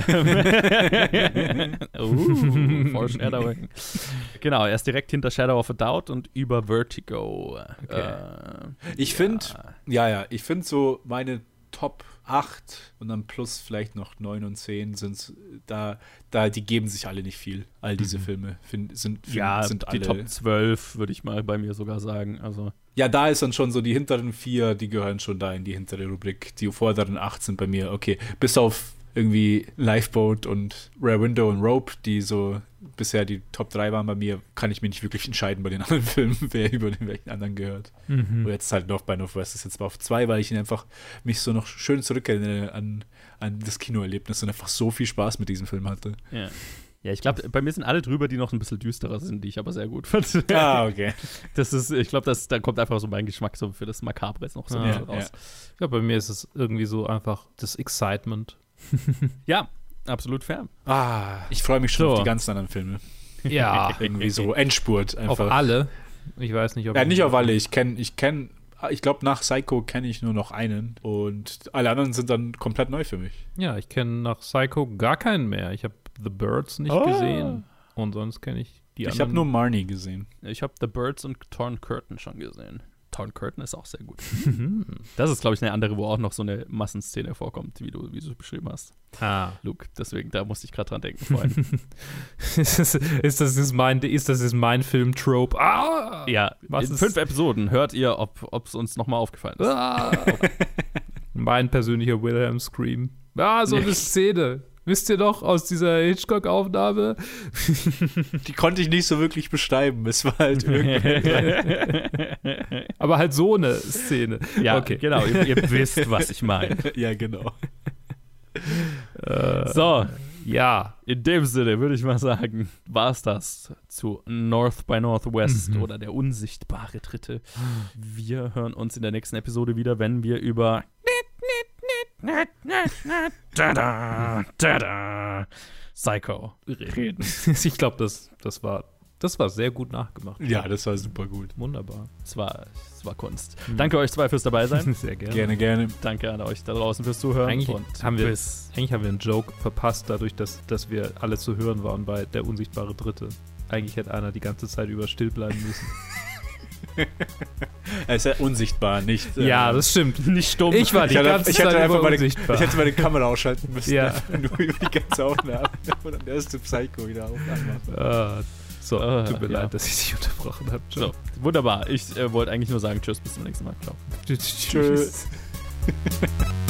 uh, Foreshadowing. Genau, er ist direkt hinter Shadow of a Doubt und über Vertigo. Okay. Äh, ich finde, ja, ja, ich finde so meine Top acht und dann plus vielleicht noch neun und zehn sind da, da, die geben sich alle nicht viel. All diese mhm. Filme find, sind, find, ja, sind die alle. Top zwölf würde ich mal bei mir sogar sagen. Also. Ja, da ist dann schon so, die hinteren vier, die gehören schon da in die hintere Rubrik. Die vorderen acht sind bei mir, okay, bis auf irgendwie Lifeboat und Rear Window und Rope, die so bisher die Top drei waren bei mir, kann ich mir nicht wirklich entscheiden bei den anderen Filmen, wer über den welchen anderen gehört. Mhm. Und jetzt halt North by Northwest ist jetzt mal auf zwei, weil ich ihn einfach mich so noch schön zurückerinnere an, an das Kinoerlebnis und einfach so viel Spaß mit diesem Film hatte. Ja. Ja, ich glaube, bei mir sind alle drüber, die noch ein bisschen düsterer sind, die ich aber sehr gut fand. Ah, okay. Das ist, ich glaube, da kommt einfach so mein Geschmack so für das Makabre jetzt noch so ja, raus. Ja. Ich glaube, bei mir ist es irgendwie so einfach das Excitement. Ja, absolut fair. Ah, ich freue mich schon so. auf die ganzen anderen Filme. Ja. Irgendwie so Endspurt einfach. Auf alle. Ich weiß nicht, ob Ja, nicht auf alle. Ich kenne, ich kenne, ich glaube, nach Psycho kenne ich nur noch einen und alle anderen sind dann komplett neu für mich. Ja, ich kenne nach Psycho gar keinen mehr. Ich habe The Birds nicht oh. gesehen und sonst kenne ich die ich anderen. Ich habe nur Marnie gesehen. Ich habe The Birds und Torn Curtain schon gesehen. Torn Curtain ist auch sehr gut. Das ist, glaube ich, eine andere, wo auch noch so eine Massenszene vorkommt, wie du wie du beschrieben hast. Ah. Luke, deswegen, da musste ich gerade dran denken vorhin. ist, das, ist, das ist, mein, ist das ist mein Film-Trope? Ah! Ja, Was in ist fünf Episoden hört ihr, ob es uns nochmal aufgefallen ist. Ah! Mein persönlicher Wilhelm-Scream. Ah, so eine Szene. Wisst ihr doch, aus dieser Hitchcock-Aufnahme? Die konnte ich nicht so wirklich beschreiben. Es war halt irgendwie. Aber halt so eine Szene. Ja, okay. Genau. Ihr, ihr wisst, was ich meine. Ja, genau. Äh, so, ja. In dem Sinne würde ich mal sagen, war es das zu North by Northwest mhm. oder der unsichtbare Dritte. Wir hören uns in der nächsten Episode wieder, wenn wir über Tada, tada, Psycho reden. Ich glaube, das, das, war, das war sehr gut nachgemacht. Ja, das war super gut. Wunderbar. Es war, es war Kunst. Mhm. Danke euch zwei fürs dabei sein. Sehr gerne. Gerne, gerne. Danke an euch da draußen fürs Zuhören. Eigentlich, und haben, wir, bis eigentlich haben wir einen Joke verpasst, dadurch, dass, dass wir alle zu hören waren bei Der unsichtbare Dritte. Eigentlich hätte einer die ganze Zeit über still bleiben müssen. Er ist ja unsichtbar, nicht. Äh, ja, das stimmt. Nicht stumm. Ich war die ich ganze hatte, ich Zeit hätte über meine, unsichtbar. Ich hätte meine Kamera ausschalten müssen. Ja. Nur über die ganze Aufnahme. Und dann der erste Psycho wieder aufmachen. Ah, so, Ah, tut mir ja. leid, dass ich dich unterbrochen habe. So, wunderbar. Ich äh, wollte eigentlich nur sagen, tschüss, bis zum nächsten Mal. Ciao. Tschüss.